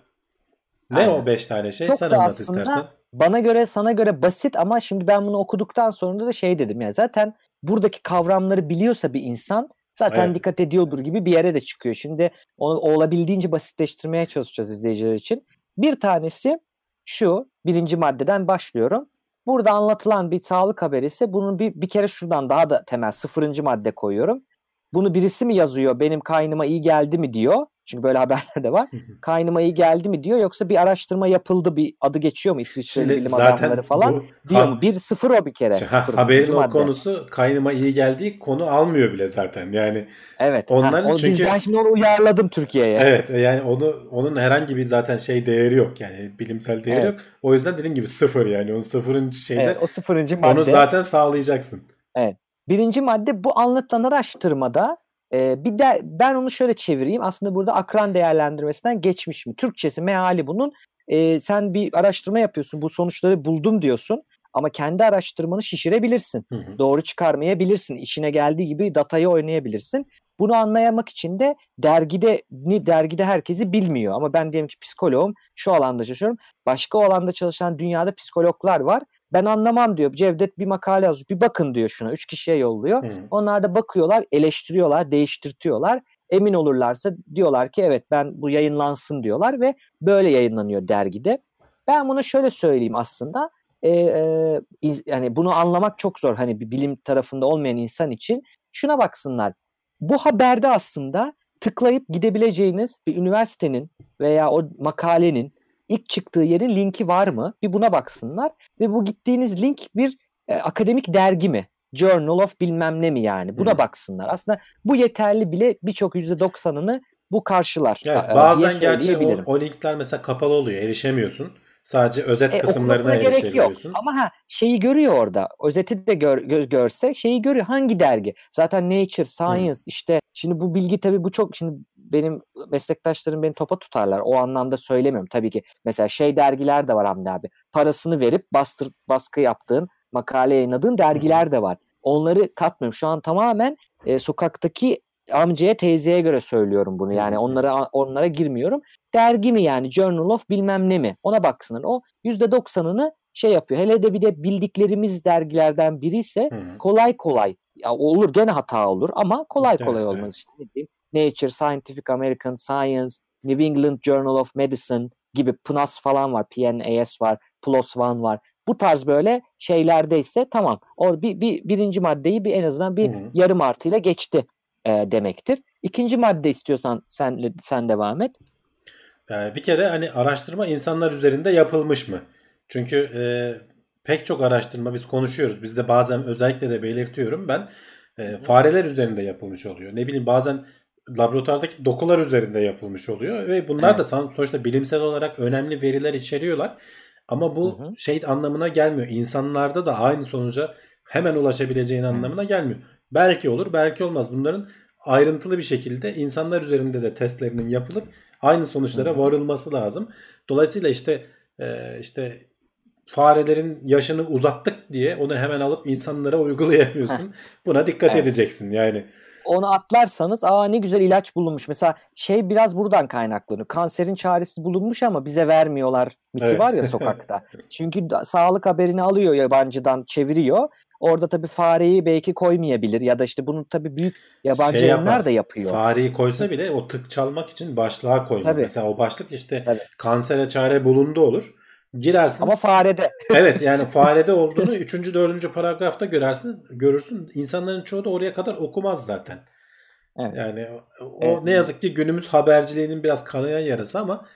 Ne Aynen. o beş tane şey? Çok Sen da anlat aslında istersen. bana göre, sana göre basit ama şimdi ben bunu okuduktan sonra da şey dedim, yani zaten buradaki kavramları biliyorsa bir insan zaten Evet. dikkat ediyordur gibi bir yere de çıkıyor. Şimdi onu olabildiğince basitleştirmeye çalışacağız izleyiciler için. Bir tanesi şu, birinci maddeden başlıyorum. Burada anlatılan bir sağlık haberi ise bunun bir, bir kere şuradan daha da temel sıfırıncı madde koyuyorum. Bunu birisi mi yazıyor, benim kaynıma iyi geldi mi diyor. Çünkü böyle haberler de var. Kaynıma iyi geldi mi diyor, yoksa bir araştırma yapıldı, bir adı geçiyor mu, İsviçreli Şimdi bilim zaten adamları falan bu diyor ha- mu? Bir sıfır o bir kere. Ha, Sıfır, haberin ikinci o madde. konusu kaynıma iyi geldiği konu almıyor bile zaten. Yani Evet. onların Ha, o, çünkü biz, ben şimdi onu uyarladım Türkiye'ye. evet, yani onu onun herhangi bir zaten şey değeri yok, yani bilimsel değeri Evet. yok. O yüzden dediğim gibi sıfır, yani onun sıfırıncı şeyde Evet, o sıfırıncı madde. onu zaten sağlayacaksın. Evet. Birinci madde, bu anlatılan araştırmada e, bir de ben onu şöyle çevireyim. Aslında burada akran değerlendirmesinden geçmiş mi? Türkçesi, meali bunun. E, sen bir araştırma yapıyorsun, bu sonuçları buldum diyorsun. Ama kendi araştırmanı şişirebilirsin. Hı hı. Doğru çıkarmayabilirsin. İşine geldiği gibi datayı oynayabilirsin. Bunu anlayamak için de dergide dergide herkesi bilmiyor. Ama ben diyelim ki psikoloğum, şu alanda çalışıyorum. Başka o alanda çalışan dünyada psikologlar var. Ben anlamam diyor. Cevdet bir makale yazıyor. Bir bakın diyor şuna. Üç kişiye yolluyor. Hı. Onlar da bakıyorlar, eleştiriyorlar, değiştirtiyorlar. Emin olurlarsa diyorlar ki evet, ben bu yayınlansın diyorlar ve böyle yayınlanıyor dergide. Ben bunu şöyle söyleyeyim aslında. Ee, e, yani bunu anlamak çok zor. Hani bir bilim tarafında olmayan insan için şuna baksınlar. Bu haberde aslında tıklayıp gidebileceğiniz bir üniversitenin veya o makalenin ilk çıktığı yerin linki var mı? Bir buna baksınlar. Ve bu gittiğiniz link bir e, akademik dergi mi? Journal of bilmem ne mi yani? Buna Hı. baksınlar. Aslında bu yeterli bile, birçok yüzde doksanını bu karşılar Evet, e, bazen diye gerçi o, söyleyebilirim. o linkler mesela kapalı oluyor. Erişemiyorsun. Sadece özet E, kısımlarına okumasına gerek yok. erişebiliyorsun. Ama ha, şeyi görüyor orada. Özeti de gör, gö, görse şeyi görüyor. Hangi dergi? Zaten Nature, Science, hmm. işte şimdi bu bilgi tabii bu çok, şimdi benim meslektaşlarım beni topa tutarlar. O anlamda söylemiyorum tabii ki. Mesela şey dergiler de var Hamdi abi. Parasını verip bastır, baskı yaptığın, makale yayınladığın dergiler hmm. de var. Onları katmıyorum. Şu an tamamen e, sokaktaki amcaya, teyzeye göre söylüyorum bunu. Yani onlara onlara girmiyorum. Dergi mi yani? Journal of bilmem ne mi? Ona baksınlar. O yüzde doksanını şey yapıyor. Hele de bir de bildiklerimiz dergilerden biri ise kolay kolay ya olur, gene hata olur ama kolay kolay evet, olmaz evet. işte. Ne diyeyim? Nature, Scientific American Science, New England Journal of Medicine gibi, P N A S falan var, P N A S var, P L O S One var. Bu tarz böyle şeylerdeyse tamam. O bir, bir birinci maddeyi bir en azından bir Hı-hı. yarım artıyla geçti e, demektir. İkinci madde istiyorsan sen sen devam et. Yani bir kere hani araştırma insanlar üzerinde yapılmış mı? Çünkü e, pek çok araştırma biz konuşuyoruz. Biz de bazen özellikle de belirtiyorum ben. E, fareler üzerinde yapılmış oluyor. Ne bileyim bazen laboratuvardaki dokular üzerinde yapılmış oluyor. Ve bunlar evet. da sonuçta bilimsel olarak önemli veriler içeriyorlar. Ama bu hı hı. şey anlamına gelmiyor. İnsanlarda da aynı sonuca hemen ulaşabileceğin hı. anlamına gelmiyor. Belki olur, belki olmaz. Bunların ayrıntılı bir şekilde insanlar üzerinde de testlerinin yapılıp aynı sonuçlara Hı-hı. varılması lazım. Dolayısıyla işte e, işte farelerin yaşını uzattık diye onu hemen alıp insanlara uygulayamıyorsun. Buna dikkat evet. edeceksin yani. Onu atlarsanız aa ne güzel ilaç bulunmuş. Mesela şey biraz buradan kaynaklanıyor. Kanserin çaresi bulunmuş ama bize vermiyorlar miti evet. var ya sokakta. Çünkü da, sağlık haberini alıyor yabancıdan, çeviriyor. Orada tabii fareyi belki koymayabilir ya da işte bunu tabii büyük yabancı şey yayınlar da yapıyor. Fareyi koysa bile o tık çalmak için başlığa koymaz. Tabii. Mesela o başlık işte tabii. kansere çare bulundu olur. Girersin. Ama farede. Evet yani farede olduğunu üçüncü dördüncü paragrafta görürsün. Görürsün. İnsanların çoğu da oraya kadar okumaz zaten. Evet. Yani o evet. ne yazık ki günümüz haberciliğinin biraz kanayan yarası ama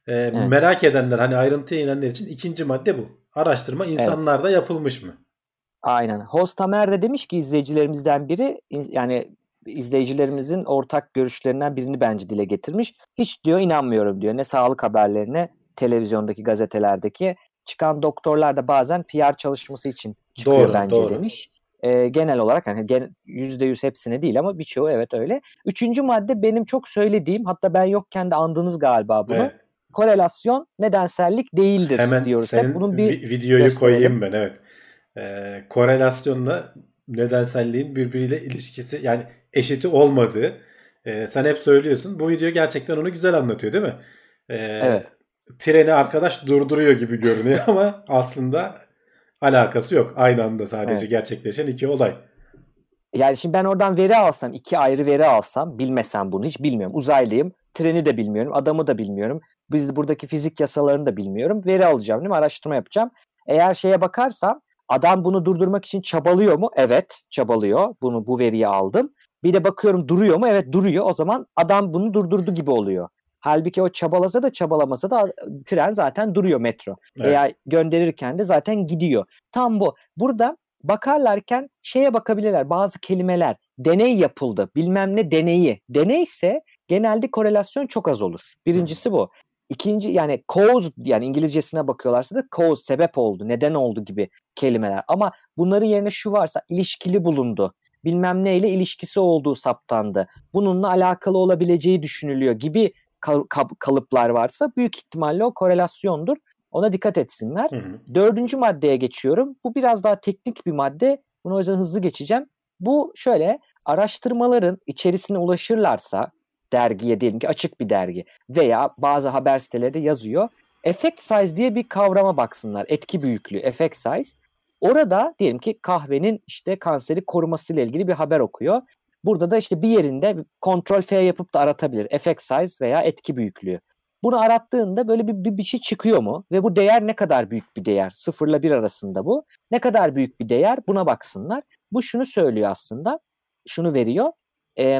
e, evet. merak edenler, hani ayrıntıya inenler için ikinci madde bu. Araştırma insanlarda evet. yapılmış mı? Aynen. Host Tamer de demiş ki izleyicilerimizden biri, yani izleyicilerimizin ortak görüşlerinden birini bence dile getirmiş. Hiç diyor inanmıyorum diyor. Ne sağlık haberlerine, televizyondaki, gazetelerdeki çıkan doktorlar da bazen P R çalışması için çıkıyor doğru, bence doğru. demiş. Ee, genel olarak hani gen, yüzde yüz hepsine değil ama birçoğu evet öyle. Üçüncü madde benim çok söylediğim, hatta ben yokken de andınız galiba bunu. Evet. Korelasyon nedensellik değildir Hemen diyoruz. Hemen bunun bir videoyu gösterelim. Koyayım ben evet. Ee, korelasyonla nedenselliğin birbiriyle ilişkisi, yani eşiti olmadığı e, sen hep söylüyorsun. Bu video gerçekten onu güzel anlatıyor değil mi? Ee, evet. Treni arkadaş durduruyor gibi görünüyor ama aslında alakası yok. Aynı anda sadece evet. gerçekleşen iki olay. Yani şimdi ben oradan veri alsam, iki ayrı veri alsam, bilmesem bunu, hiç bilmiyorum. Uzaylıyım, treni de bilmiyorum, adamı da bilmiyorum. Biz buradaki fizik yasalarını da bilmiyorum. Veri alacağım değil mi? Araştırma yapacağım. Eğer şeye bakarsam, adam bunu durdurmak için çabalıyor mu? Evet, çabalıyor. Bunu, bu veriyi aldım. Bir de bakıyorum duruyor mu? Evet, duruyor. O zaman adam bunu durdurdu gibi oluyor. Halbuki o çabalasa da çabalamasa da tren zaten duruyor, metro. Evet. Veya gönderirken de zaten gidiyor. Tam bu. Burada bakarlarken şeye bakabilirler. Bazı kelimeler deney yapıldı. Bilmem ne deneyi. Deneyse genelde korelasyon çok az olur. Birincisi bu. İkinci, yani cause, yani İngilizcesine bakıyorlarsa da cause, sebep oldu, neden oldu gibi kelimeler. Ama bunların yerine şu varsa, ilişkili bulundu, bilmem neyle ilişkisi olduğu saptandı, bununla alakalı olabileceği düşünülüyor gibi kalıplar varsa büyük ihtimalle o korelasyondur. Ona dikkat etsinler. Hı hı. Dördüncü maddeye geçiyorum. Bu biraz daha teknik bir madde. Bunu o yüzden hızlı geçeceğim. Bu şöyle, araştırmaların içerisine ulaşırlarsa, dergiye diyelim ki, açık bir dergi veya bazı haber siteleri yazıyor. Effect size diye bir kavrama baksınlar. Etki büyüklüğü, effect size. Orada diyelim ki kahvenin işte kanseri korumasıyla ilgili bir haber okuyor. Burada da işte bir yerinde Ctrl F yapıp da aratabilir. Effect size veya etki büyüklüğü. Bunu arattığında böyle bir, bir, bir şey çıkıyor mu? Ve bu değer ne kadar büyük bir değer? Sıfırla bir arasında bu. Ne kadar büyük bir değer? Buna baksınlar. Bu şunu söylüyor aslında. Şunu veriyor. Eee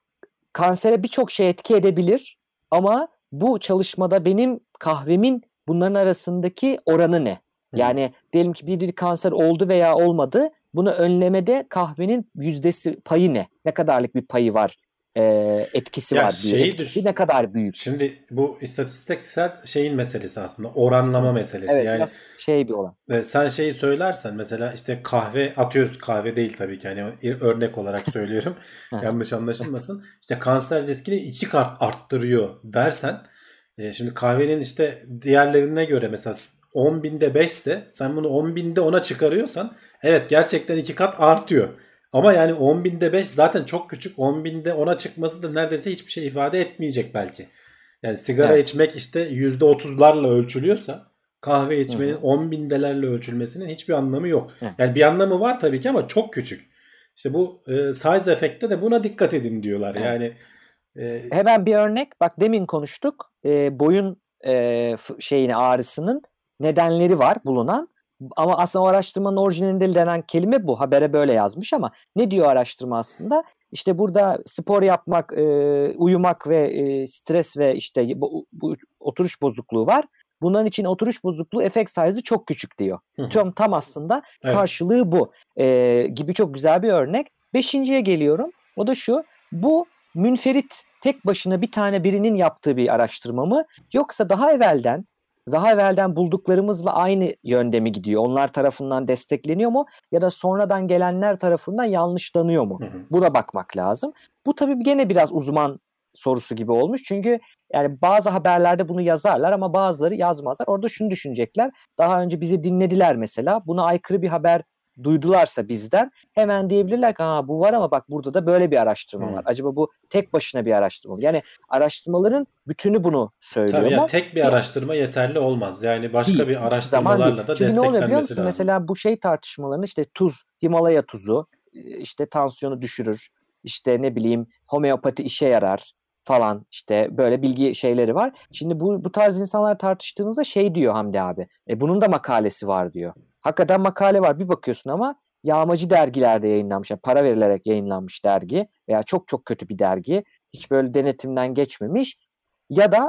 kansere birçok şey etki edebilir ama bu çalışmada benim kahvemin bunların arasındaki oranı ne? Yani hmm. diyelim ki bir kanser oldu veya olmadı. Bunu önlemede kahvenin yüzdesi, payı ne? Ne kadarlık bir payı var? E, etkisi ya var. Şeyi etkisi düş- ne kadar büyük? Şimdi bu istatistiksel şeyin meselesi aslında. Oranlama hmm. meselesi. Evet, yani şey bir olan. Sen şeyi söylersen mesela, işte kahve atıyoruz. Kahve değil tabii ki. Yani örnek olarak söylüyorum. Yanlış anlaşılmasın. İşte kanser riskini iki kat arttırıyor dersen, e, şimdi kahvenin işte diğerlerine göre mesela on binde beş ise sen bunu on binde ona çıkarıyorsan evet gerçekten iki kat artıyor. Ama yani on binde beş zaten çok küçük. on binde ona çıkması da neredeyse hiçbir şey ifade etmeyecek belki. Yani sigara evet. içmek işte yüzde otuzlarla ölçülüyorsa kahve içmenin on bindelerle ölçülmesinin hiçbir anlamı yok. Hı. Yani bir anlamı var tabii ki ama çok küçük. İşte bu e, size efekte de buna dikkat edin diyorlar. Evet. Yani e... hemen bir örnek. Bak demin konuştuk. E, boyun e, şeyini ağrısının nedenleri var bulunan. Ama aslında o araştırmanın orijinalinde denen kelime bu. Habere böyle yazmış ama ne diyor araştırma aslında? İşte burada spor yapmak, e, uyumak ve e, stres ve işte bu, bu oturuş bozukluğu var. Bunların için oturuş bozukluğu effect size'ı çok küçük diyor. Tam, tam aslında evet. karşılığı bu e, gibi çok güzel bir örnek. Beşinciye geliyorum. O da şu. Bu münferit, tek başına bir tane birinin yaptığı bir araştırma mı? Yoksa daha evvelden daha evvelden bulduklarımızla aynı yönde mi gidiyor? Onlar tarafından destekleniyor mu? Ya da sonradan gelenler tarafından yanlışlanıyor mu? Hı hı. Buna bakmak lazım. Bu tabii gene biraz uzman sorusu gibi olmuş. Çünkü yani bazı haberlerde bunu yazarlar ama bazıları yazmazlar. Orada şunu düşünecekler. Daha önce bizi dinlediler mesela. Buna aykırı bir haber duydularsa bizden hemen diyebilirler ki ha bu var ama bak burada da böyle bir araştırma hmm. var. Acaba bu tek başına bir araştırma mı? Yani araştırmaların bütünü bunu söylüyor. Tabii ama yani tek bir araştırma yeterli olmaz. Yani başka değil, bir araştırmalarla da çünkü desteklenmesi lazım. Mesela bu şey tartışmalarını işte tuz, Himalaya tuzu işte tansiyonu düşürür. İşte ne bileyim homeopati işe yarar falan, işte böyle bilgi şeyleri var. Şimdi bu bu tarz insanlar tartıştığınızda şey diyor Hamdi abi. E bunun da makalesi var diyor. Hakikaten makale var. Bir bakıyorsun ama yağmacı dergilerde yayınlanmış. Yani para verilerek yayınlanmış dergi veya çok çok kötü bir dergi. Hiç böyle denetimden geçmemiş. Ya da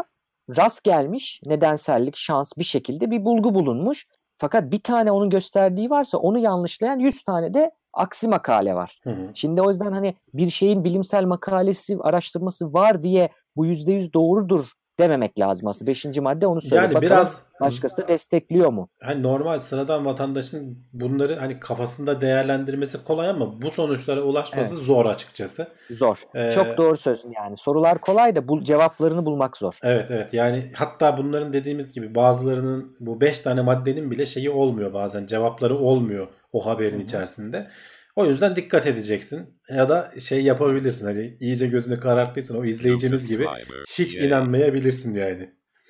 rast gelmiş, nedensellik, şans bir şekilde bir bulgu bulunmuş. Fakat bir tane onun gösterdiği varsa onu yanlışlayan yüz tane de aksi makale var. Hı hı. Şimdi o yüzden hani bir şeyin bilimsel makalesi, araştırması var diye bu yüzde yüz doğrudur dememek lazım aslında. Beşinci madde onu söylüyor. Yani Bakalım biraz başkası da destekliyor mu? hani normal sıradan vatandaşın bunları hani kafasında değerlendirmesi kolay ama bu sonuçlara ulaşması Evet. zor açıkçası. Zor. Ee, Çok doğru söylüyorsun yani. Sorular kolay da bu cevaplarını bulmak zor. Evet evet yani hatta bunların dediğimiz gibi bazılarının bu beş tane maddenin bile şeyi olmuyor bazen cevapları olmuyor o haberin Hı-hı. içerisinde. O yüzden dikkat edeceksin ya da şey yapabilirsin hani iyice gözünü kararttıysan o izleyicimiz gibi hiç inanmayabilirsin yani.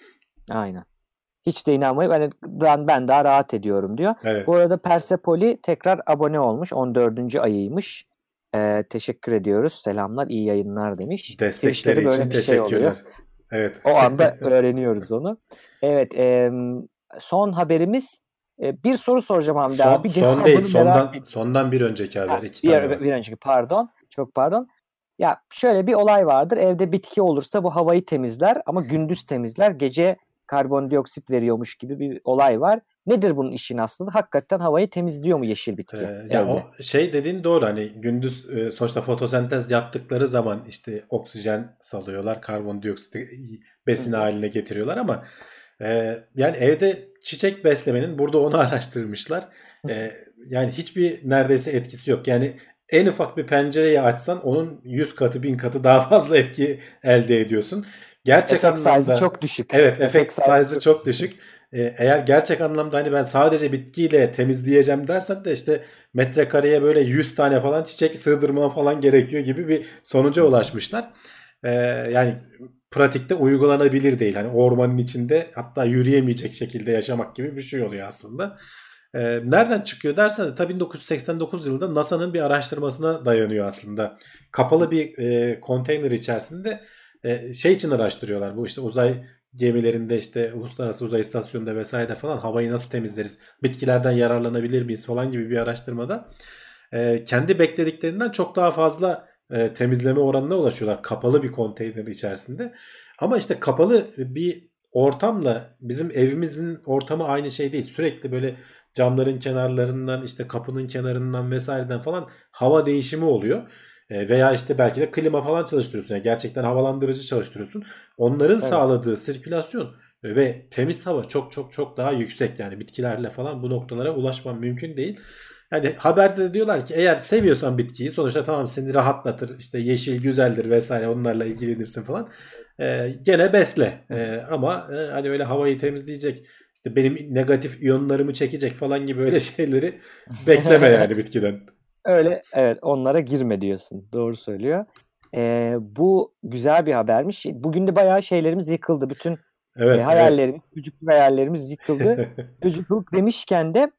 Aynen. Hiç de inanmayıp hani ben, ben daha rahat ediyorum diyor. Evet. Bu arada Persepoli tekrar abone olmuş. on dördüncü ayıymış. Ee, teşekkür ediyoruz. Selamlar, iyi yayınlar demiş. Destekleri için teşekkürler. Şey evet. O anda öğreniyoruz onu. Evet. E, son haberimiz e, bir soru soracağım Hamdi son, abi. Son değil. Sondan, sondan bir önceki haber. Ha, İki bir, tane var. bir önceki pardon. Çok pardon. Ya şöyle bir olay vardır. Evde bitki olursa bu havayı temizler ama gündüz temizler. Gece karbondioksit veriyormuş gibi bir olay var. Nedir bunun işin aslında? Hakikaten havayı temizliyor mu yeşil bitki? Ee, ya o şey dediğin doğru hani gündüz e, sonuçta fotosentez yaptıkları zaman işte oksijen salıyorlar, karbondioksiti besin Hı-hı. haline getiriyorlar ama e, yani evde çiçek beslemenin burada onu araştırmışlar. E, yani hiçbir neredeyse etkisi yok. Yani en ufak bir pencereyi açsan onun yüz katı bin katı daha fazla etki elde ediyorsun. Gerçek efekt anlamda size'ı çok düşük. Evet, efekt size'ı çok düşük. Ee, eğer gerçek anlamda hani ben sadece bitkiyle temizleyeceğim dersen de işte metrekareye böyle yüz tane falan çiçek sığdırma falan gerekiyor gibi bir sonuca ulaşmışlar. Ee, yani pratikte uygulanabilir değil. Hani ormanın içinde hatta yürüyemeyecek şekilde yaşamak gibi bir şey oluyor aslında. Ee, nereden çıkıyor dersen de tabii bin dokuz yüz seksen dokuz yılında NASA'nın bir araştırmasına dayanıyor aslında. Kapalı bir e, konteyner içerisinde e, şey için araştırıyorlar. Bu işte uzay gemilerinde işte uluslararası uzay istasyonunda vesaire falan havayı nasıl temizleriz? Bitkilerden yararlanabilir miyiz falan gibi bir araştırmada e, kendi beklediklerinden çok daha fazla e, temizleme oranına ulaşıyorlar. Kapalı bir konteyner içerisinde. Ama işte kapalı bir ortamla bizim evimizin ortamı aynı şey değil. Sürekli böyle camların kenarlarından işte kapının kenarından vesaireden falan hava değişimi oluyor. Veya işte belki de klima falan çalıştırıyorsun. Yani gerçekten havalandırıcı çalıştırıyorsun. Onların evet. sağladığı sirkülasyon ve temiz hava çok çok çok daha yüksek. Yani bitkilerle falan bu noktalara ulaşman mümkün değil. Yani haberde de diyorlar ki eğer seviyorsan bitkiyi sonuçta tamam seni rahatlatır. İşte yeşil güzeldir vesaire onlarla ilgilenirsin falan. Ee, gene besle. Ee, ama e, hani öyle havayı temizleyecek işte benim negatif iyonlarımı çekecek falan gibi öyle şeyleri bekleme yani bitkiden. Öyle evet onlara girme diyorsun. Doğru söylüyor. Ee, bu güzel bir habermiş. Bugün de bayağı şeylerimiz yıkıldı. Bütün evet, e, hayallerimiz, evet. çocukluk hayallerimiz yıkıldı. Çocukluk demişken de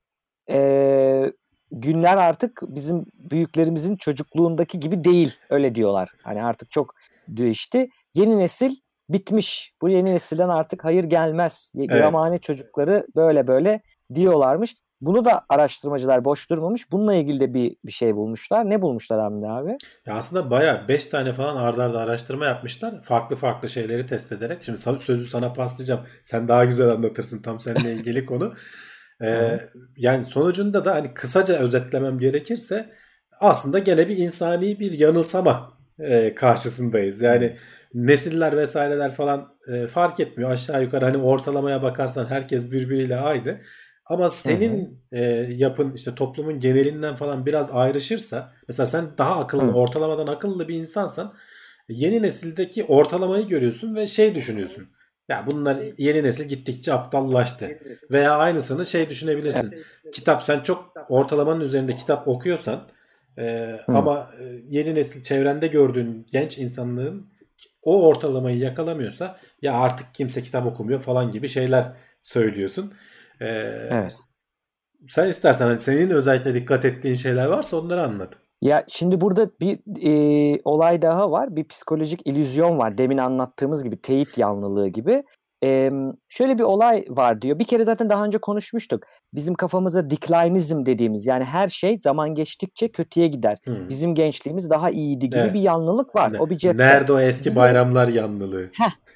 e, günler artık bizim büyüklerimizin çocukluğundaki gibi değil. Öyle diyorlar. Hani artık çok değişti. Yeni nesil bitmiş. Bu yeni nesilden artık hayır gelmez. Evet. Gramhane çocukları böyle böyle diyorlarmış. Bunu da araştırmacılar boş durmamış. Bununla ilgili de bir, bir şey bulmuşlar. Ne bulmuşlar Hamdi abi? Ya aslında bayağı beş tane falan arda arda araştırma yapmışlar. Farklı farklı şeyleri test ederek. Şimdi sözü sana paslayacağım. Sen daha güzel anlatırsın tam seninle ilgili konu. Ee, yani sonucunda da hani kısaca özetlemem gerekirse aslında gene bir insani bir yanılsama e, karşısındayız. Yani nesiller vesaireler falan e, fark etmiyor. Aşağı yukarı hani ortalamaya bakarsan herkes birbiriyle aynı. Ama senin e, yapın işte toplumun genelinden falan biraz ayrışırsa mesela sen daha akıllı, Hı. ortalamadan akıllı bir insansan yeni nesildeki ortalamayı görüyorsun ve şey düşünüyorsun. Ya bunlar yeni nesil gittikçe aptallaştı. Veya aynısını şey düşünebilirsin. Evet. Kitap sen çok ortalamanın üzerinde kitap okuyorsan e, ama yeni nesil çevrende gördüğün genç insanların o ortalamayı yakalamıyorsa ya artık kimse kitap okumuyor falan gibi şeyler söylüyorsun. Ee, evet. Sen istersen hani senin özellikle dikkat ettiğin şeyler varsa onları anlat. Ya şimdi burada bir e, olay daha var. Bir psikolojik illüzyon var. Demin anlattığımız gibi teyit yanlılığı gibi. E, şöyle bir olay var diyor. Bir kere zaten daha önce konuşmuştuk. Bizim kafamızda declinism dediğimiz yani her şey zaman geçtikçe kötüye gider. Hmm. Bizim gençliğimiz daha iyiydi gibi evet. bir yanlılık var. Ne, o bir cepte. Nerede o eski bayramlar yanlılığı? Heh.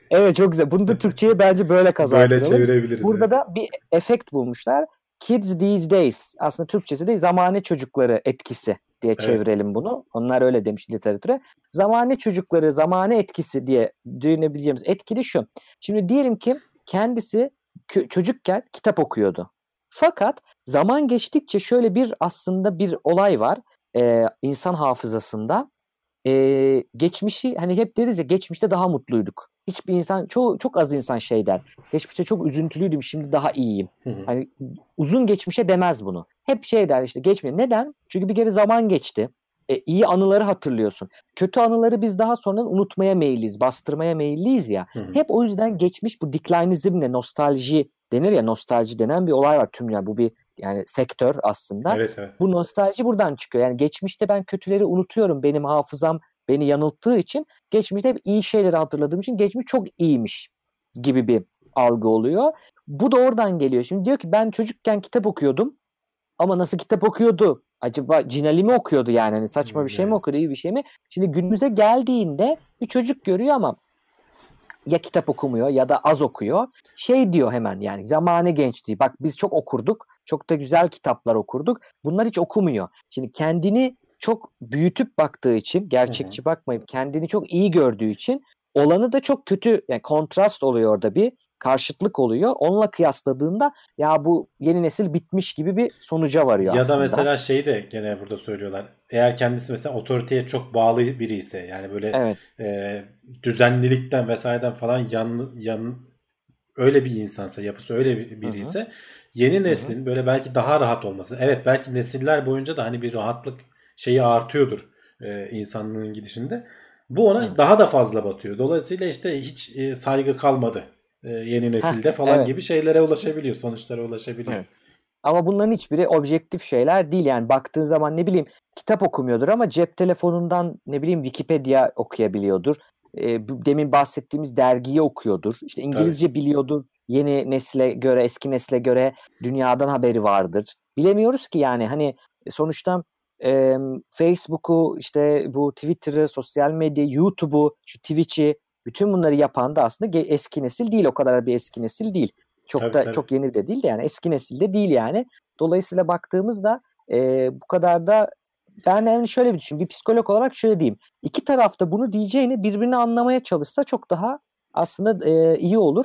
Evet, çok güzel. Bunu da Türkçe'ye bence böyle kazandıralım. Böyle çevirebiliriz. Burada evet. da bir efekt bulmuşlar. Kids these days. Aslında Türkçesi de zamane çocukları etkisi diye çevirelim evet. bunu. Onlar öyle demiş literatüre. Zamane çocukları, zamane etkisi diye düşünebileceğimiz etkili şu. Şimdi diyelim ki kendisi çocukken kitap okuyordu. Fakat zaman geçtikçe şöyle bir aslında bir olay var e, insan hafızasında. E, geçmişi hani hep deriz ya, geçmişte daha mutluyduk. Hiçbir insan, çok çok az insan şey der. Geçmişte çok üzüntülüydüm, şimdi daha iyiyim. Hı hı. Hani uzun geçmişe demez bunu. Hep şey der işte, geçmiyor. Neden? Çünkü bir kere zaman geçti. E, iyi anıları hatırlıyorsun. Kötü anıları biz daha sonra unutmaya meyilliyiz, bastırmaya meyilliyiz ya. Hı hı. Hep o yüzden geçmiş, bu declinismle nostalji denir ya, nostalji denen bir olay var tüm, yani bu bir yani sektör aslında. Evet, evet. Bu nostalji buradan çıkıyor. Yani geçmişte ben kötüleri unutuyorum. Benim hafızam beni yanılttığı için, geçmişte hep iyi şeyleri hatırladığım için geçmiş çok iyiymiş gibi bir algı oluyor. Bu da oradan geliyor. Şimdi diyor ki ben çocukken kitap okuyordum ama nasıl kitap okuyordu? Acaba Cinali mi okuyordu yani? Hani saçma bir şey mi okuyordu, iyi bir şey mi? Şimdi günümüze geldiğinde bir çocuk görüyor ama ya kitap okumuyor ya da az okuyor. Şey diyor hemen, yani zamane gençliği. Bak biz çok okurduk. Çok da güzel kitaplar okurduk. Bunlar hiç okumuyor. Şimdi kendini çok büyütüp baktığı için, gerçekçi bakmayıp kendini çok iyi gördüğü için olanı da çok kötü, yani kontrast oluyor orada, bir karşıtlık oluyor. Onunla kıyasladığında ya bu yeni nesil bitmiş gibi bir sonuca varıyor ya aslında. Ya da mesela şeyi de gene burada söylüyorlar. Eğer kendisi mesela otoriteye çok bağlı biri ise, yani böyle evet. e, düzenlilikten vesaireden falan yan, yan öyle bir insansa, yapısı öyle biri ise, yeni neslin Hı-hı. böyle belki daha rahat olması. Evet, belki nesiller boyunca da hani bir rahatlık şeyi artıyordur e, insanlığın gidişinde. Bu ona Hı. daha da fazla batıyor. Dolayısıyla işte hiç e, saygı kalmadı e, yeni nesilde Heh, falan evet. gibi şeylere ulaşabiliyor, sonuçlara ulaşabiliyor. Evet. Ama bunların hiçbiri objektif şeyler değil. Yani baktığın zaman ne bileyim kitap okumuyordur ama cep telefonundan ne bileyim Wikipedia okuyabiliyordur. E, demin bahsettiğimiz dergiyi okuyordur. İşte İngilizce Tabii. biliyordur. Yeni nesile göre, eski nesile göre dünyadan haberi vardır. Bilemiyoruz ki yani, hani sonuçta e, Facebook'u, işte bu Twitter'ı, sosyal medya, YouTube'u, şu Twitch'i, bütün bunları yapan da aslında eski nesil değil. O kadar bir eski nesil değil. Çok tabii, da tabii. çok yeni de değil de yani eski nesilde değil yani. Dolayısıyla baktığımızda e, bu kadar da, ben yani şöyle bir düşün, bir psikolog olarak şöyle diyeyim. İki tarafta bunu diyeceğini birbirini anlamaya çalışsa çok daha aslında e, iyi olur.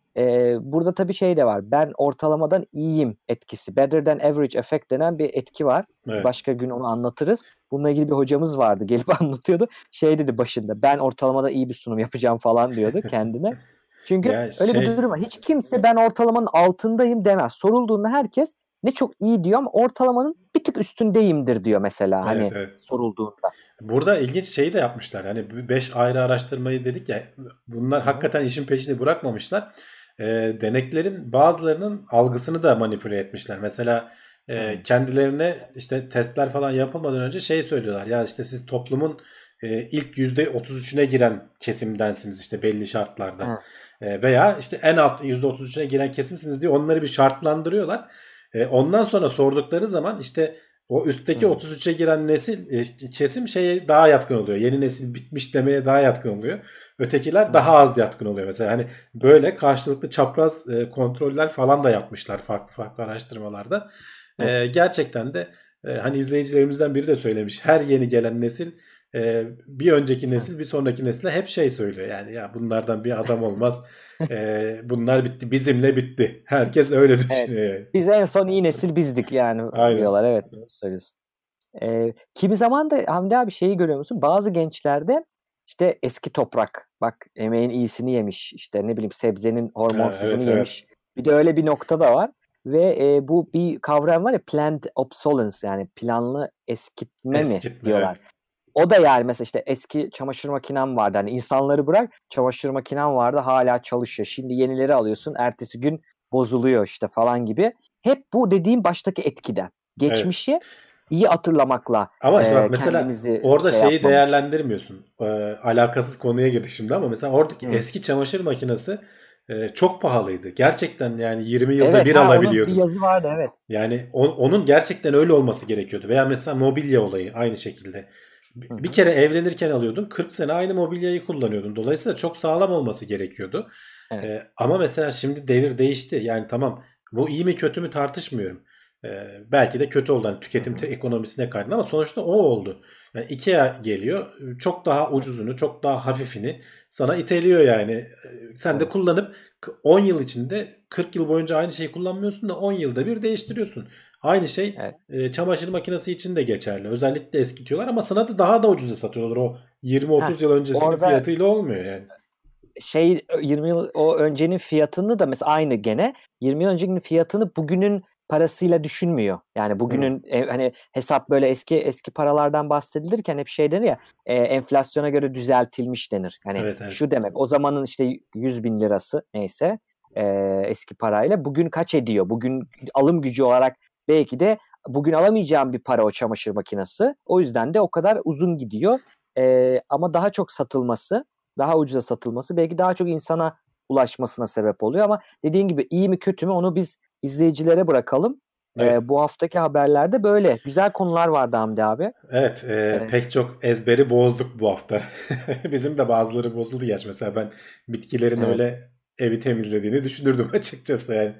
E, burada tabii şey de var. Ben ortalamadan iyiyim etkisi. Better than average effect denen bir etki var. Evet. Başka gün onu anlatırız. Bununla ilgili bir hocamız vardı. Gelip anlatıyordu. Şey dedi başında, ben ortalamadan iyi bir sunum yapacağım falan diyordu kendine. Çünkü ya öyle şey... bir durum var. Hiç kimse ben ortalamanın altındayım demez. Sorulduğunda herkes ne çok iyi diyor ama ortalamanın bir tık üstündeyimdir diyor mesela. Evet, hani evet. sorulduğunda. Burada ilginç şeyi de yapmışlar. Hani beş ayrı araştırmayı dedik ya. Bunlar Hı-hı. hakikaten işin peşini bırakmamışlar. E, deneklerin bazılarının algısını da manipüle etmişler. Mesela e, kendilerine işte testler falan yapılmadan önce şey söylüyorlar. Ya işte siz toplumun e, ilk yüzde otuz üçüne giren kesimdensiniz işte belli şartlarda. E, veya işte en alt yüzde otuz üçüne giren kesimsiniz diye onları bir şartlandırıyorlar. E, ondan sonra sordukları zaman işte o üstteki hmm. otuz üçe giren nesil e, kesim şeye daha yatkın oluyor. Yeni nesil bitmiş demeye daha yatkın oluyor. Ötekiler hmm. daha az yatkın oluyor mesela. Hani böyle karşılıklı çapraz e, kontroller falan da yapmışlar farklı farklı araştırmalarda. Hmm. E, gerçekten de e, hani izleyicilerimizden biri de söylemiş. Her yeni gelen nesil e, bir önceki nesil bir sonraki nesile hep şey söylüyor. Yani ya bunlardan bir adam olmaz. e, bunlar bitti. Bizimle bitti. Herkes öyle düşünüyor. Evet. Biz en son iyi nesil bizdik yani. Aynen. Diyorlar. Evet. Söylüyorsun. E, kimi zaman da Hamdi abi şeyi görüyor musun? Bazı gençlerde işte eski toprak. Bak emeğin iyisini yemiş. İşte ne bileyim sebzenin hormonsuzunu evet, yemiş. Evet. Bir de öyle bir nokta da var. Ve e, bu bir kavram var ya, planned obsolescence, yani planlı eskitme, eskitme mi diyorlar. Evet. O da yani mesela işte eski çamaşır makinem vardı. Hani insanları bırak, çamaşır makinem vardı hala çalışıyor. Şimdi yenileri alıyorsun, ertesi gün bozuluyor işte falan gibi. Hep bu dediğim baştaki etkiden. Geçmişi evet. iyi hatırlamakla ama işte bak e, mesela orada şey şeyi yapmamız. değerlendirmiyorsun. E, alakasız konuya girdik şimdi ama mesela oradaki Hı. eski çamaşır makinesi e, çok pahalıydı. Gerçekten yani yirmi yılda evet, bir ha, alabiliyordun. Bir yazı vardı evet. Yani on, onun gerçekten öyle olması gerekiyordu. Veya mesela mobilya olayı aynı şekilde. Bir, bir kere evlenirken alıyordun. kırk sene aynı mobilyayı kullanıyordun. Dolayısıyla çok sağlam olması gerekiyordu. Evet. Ee, ama mesela şimdi devir değişti. Yani tamam, bu iyi mi kötü mü tartışmıyorum. Ee, belki de kötü oldu. Yani tüketim te- ekonomisine kaydı ama sonuçta o oldu. Yani IKEA geliyor. Çok daha ucuzunu, çok daha hafifini sana iteliyor yani. Ee, sen de kullanıp on yıl içinde kırk yıl boyunca aynı şeyi kullanmıyorsun da on yılda bir değiştiriyorsun. Aynı şey evet. e, çamaşır makinesi için de geçerli. Özellikle eskitiyorlar ama sana da daha da ucuza satıyorlar. O yirmi otuz yıl öncesinin fiyatıyla olmuyor yani. Şey yirmi yıl o öncenin fiyatını da mesela aynı gene yirmi yıl öncenin fiyatını bugünün parasıyla düşünmüyor. Yani bugünün e, hani hesap böyle eski eski paralardan bahsedilirken hep şey denir ya e, enflasyona göre düzeltilmiş denir. Yani evet, evet. Şu demek o zamanın işte yüz bin lirası neyse e, eski parayla bugün kaç ediyor? Bugün alım gücü olarak belki de bugün alamayacağım bir para o çamaşır makinesi. O yüzden de o kadar uzun gidiyor. E, ama daha çok satılması, daha ucuza satılması belki daha çok insana ulaşmasına sebep oluyor ama dediğin gibi iyi mi kötü mü onu biz izleyicilere bırakalım. Evet. Ee, bu haftaki haberlerde böyle güzel konular vardı Hamdi abi. Evet, e, evet. Pek çok ezberi bozduk bu hafta. Bizim de bazıları bozuldu gerçi. Mesela ben bitkilerin evet. öyle evi temizlediğini düşünürdüm açıkçası yani.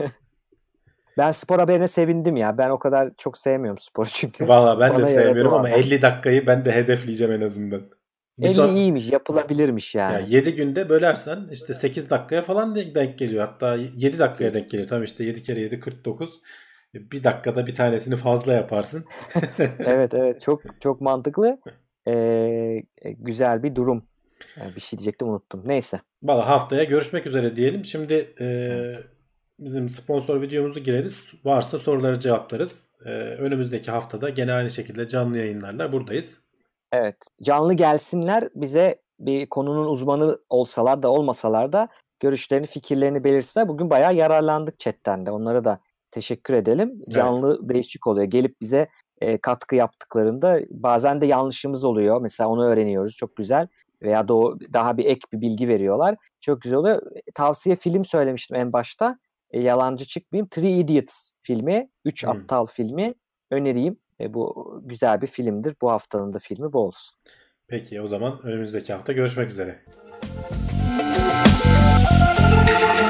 Ben spor haberine sevindim ya. Ben o kadar çok sevmiyorum spor çünkü. Valla ben de sevmiyorum ama elli dakikayı ben de hedefleyeceğim en azından. Bir elli son... iyiymiş, yapılabilirmiş yani. yani. yedi günde bölersen işte sekiz dakikaya falan denk geliyor. Hatta yedi dakikaya denk geliyor. Tam işte yedi kere yedi kırk dokuz. Bir dakikada bir tanesini fazla yaparsın. Evet evet çok çok mantıklı. Ee, güzel bir durum. Yani bir şey diyecektim unuttum. Neyse. Valla haftaya görüşmek üzere diyelim. Şimdi e, evet. bizim sponsor videomuzu gireriz. Varsa soruları cevaplarız. E, önümüzdeki haftada gene aynı şekilde canlı yayınlarla buradayız. Evet. Canlı gelsinler, bize bir konunun uzmanı olsalar da olmasalar da görüşlerini, fikirlerini belirtsinler. Bugün bayağı yararlandık chatten de. Onlara da teşekkür edelim. Canlı evet. değişik oluyor. Gelip bize e, katkı yaptıklarında bazen de yanlışımız oluyor. Mesela onu öğreniyoruz. Çok güzel. Veya da o, daha bir ek bir bilgi veriyorlar. Çok güzel oluyor. Tavsiye film söylemiştim en başta. E, yalancı çıkmayayım. Three Idiots filmi. Üç hmm. Aptal filmi önereyim. E, bu güzel bir filmdir. Bu haftanın da filmi bu olsun. Peki o zaman önümüzdeki hafta görüşmek üzere.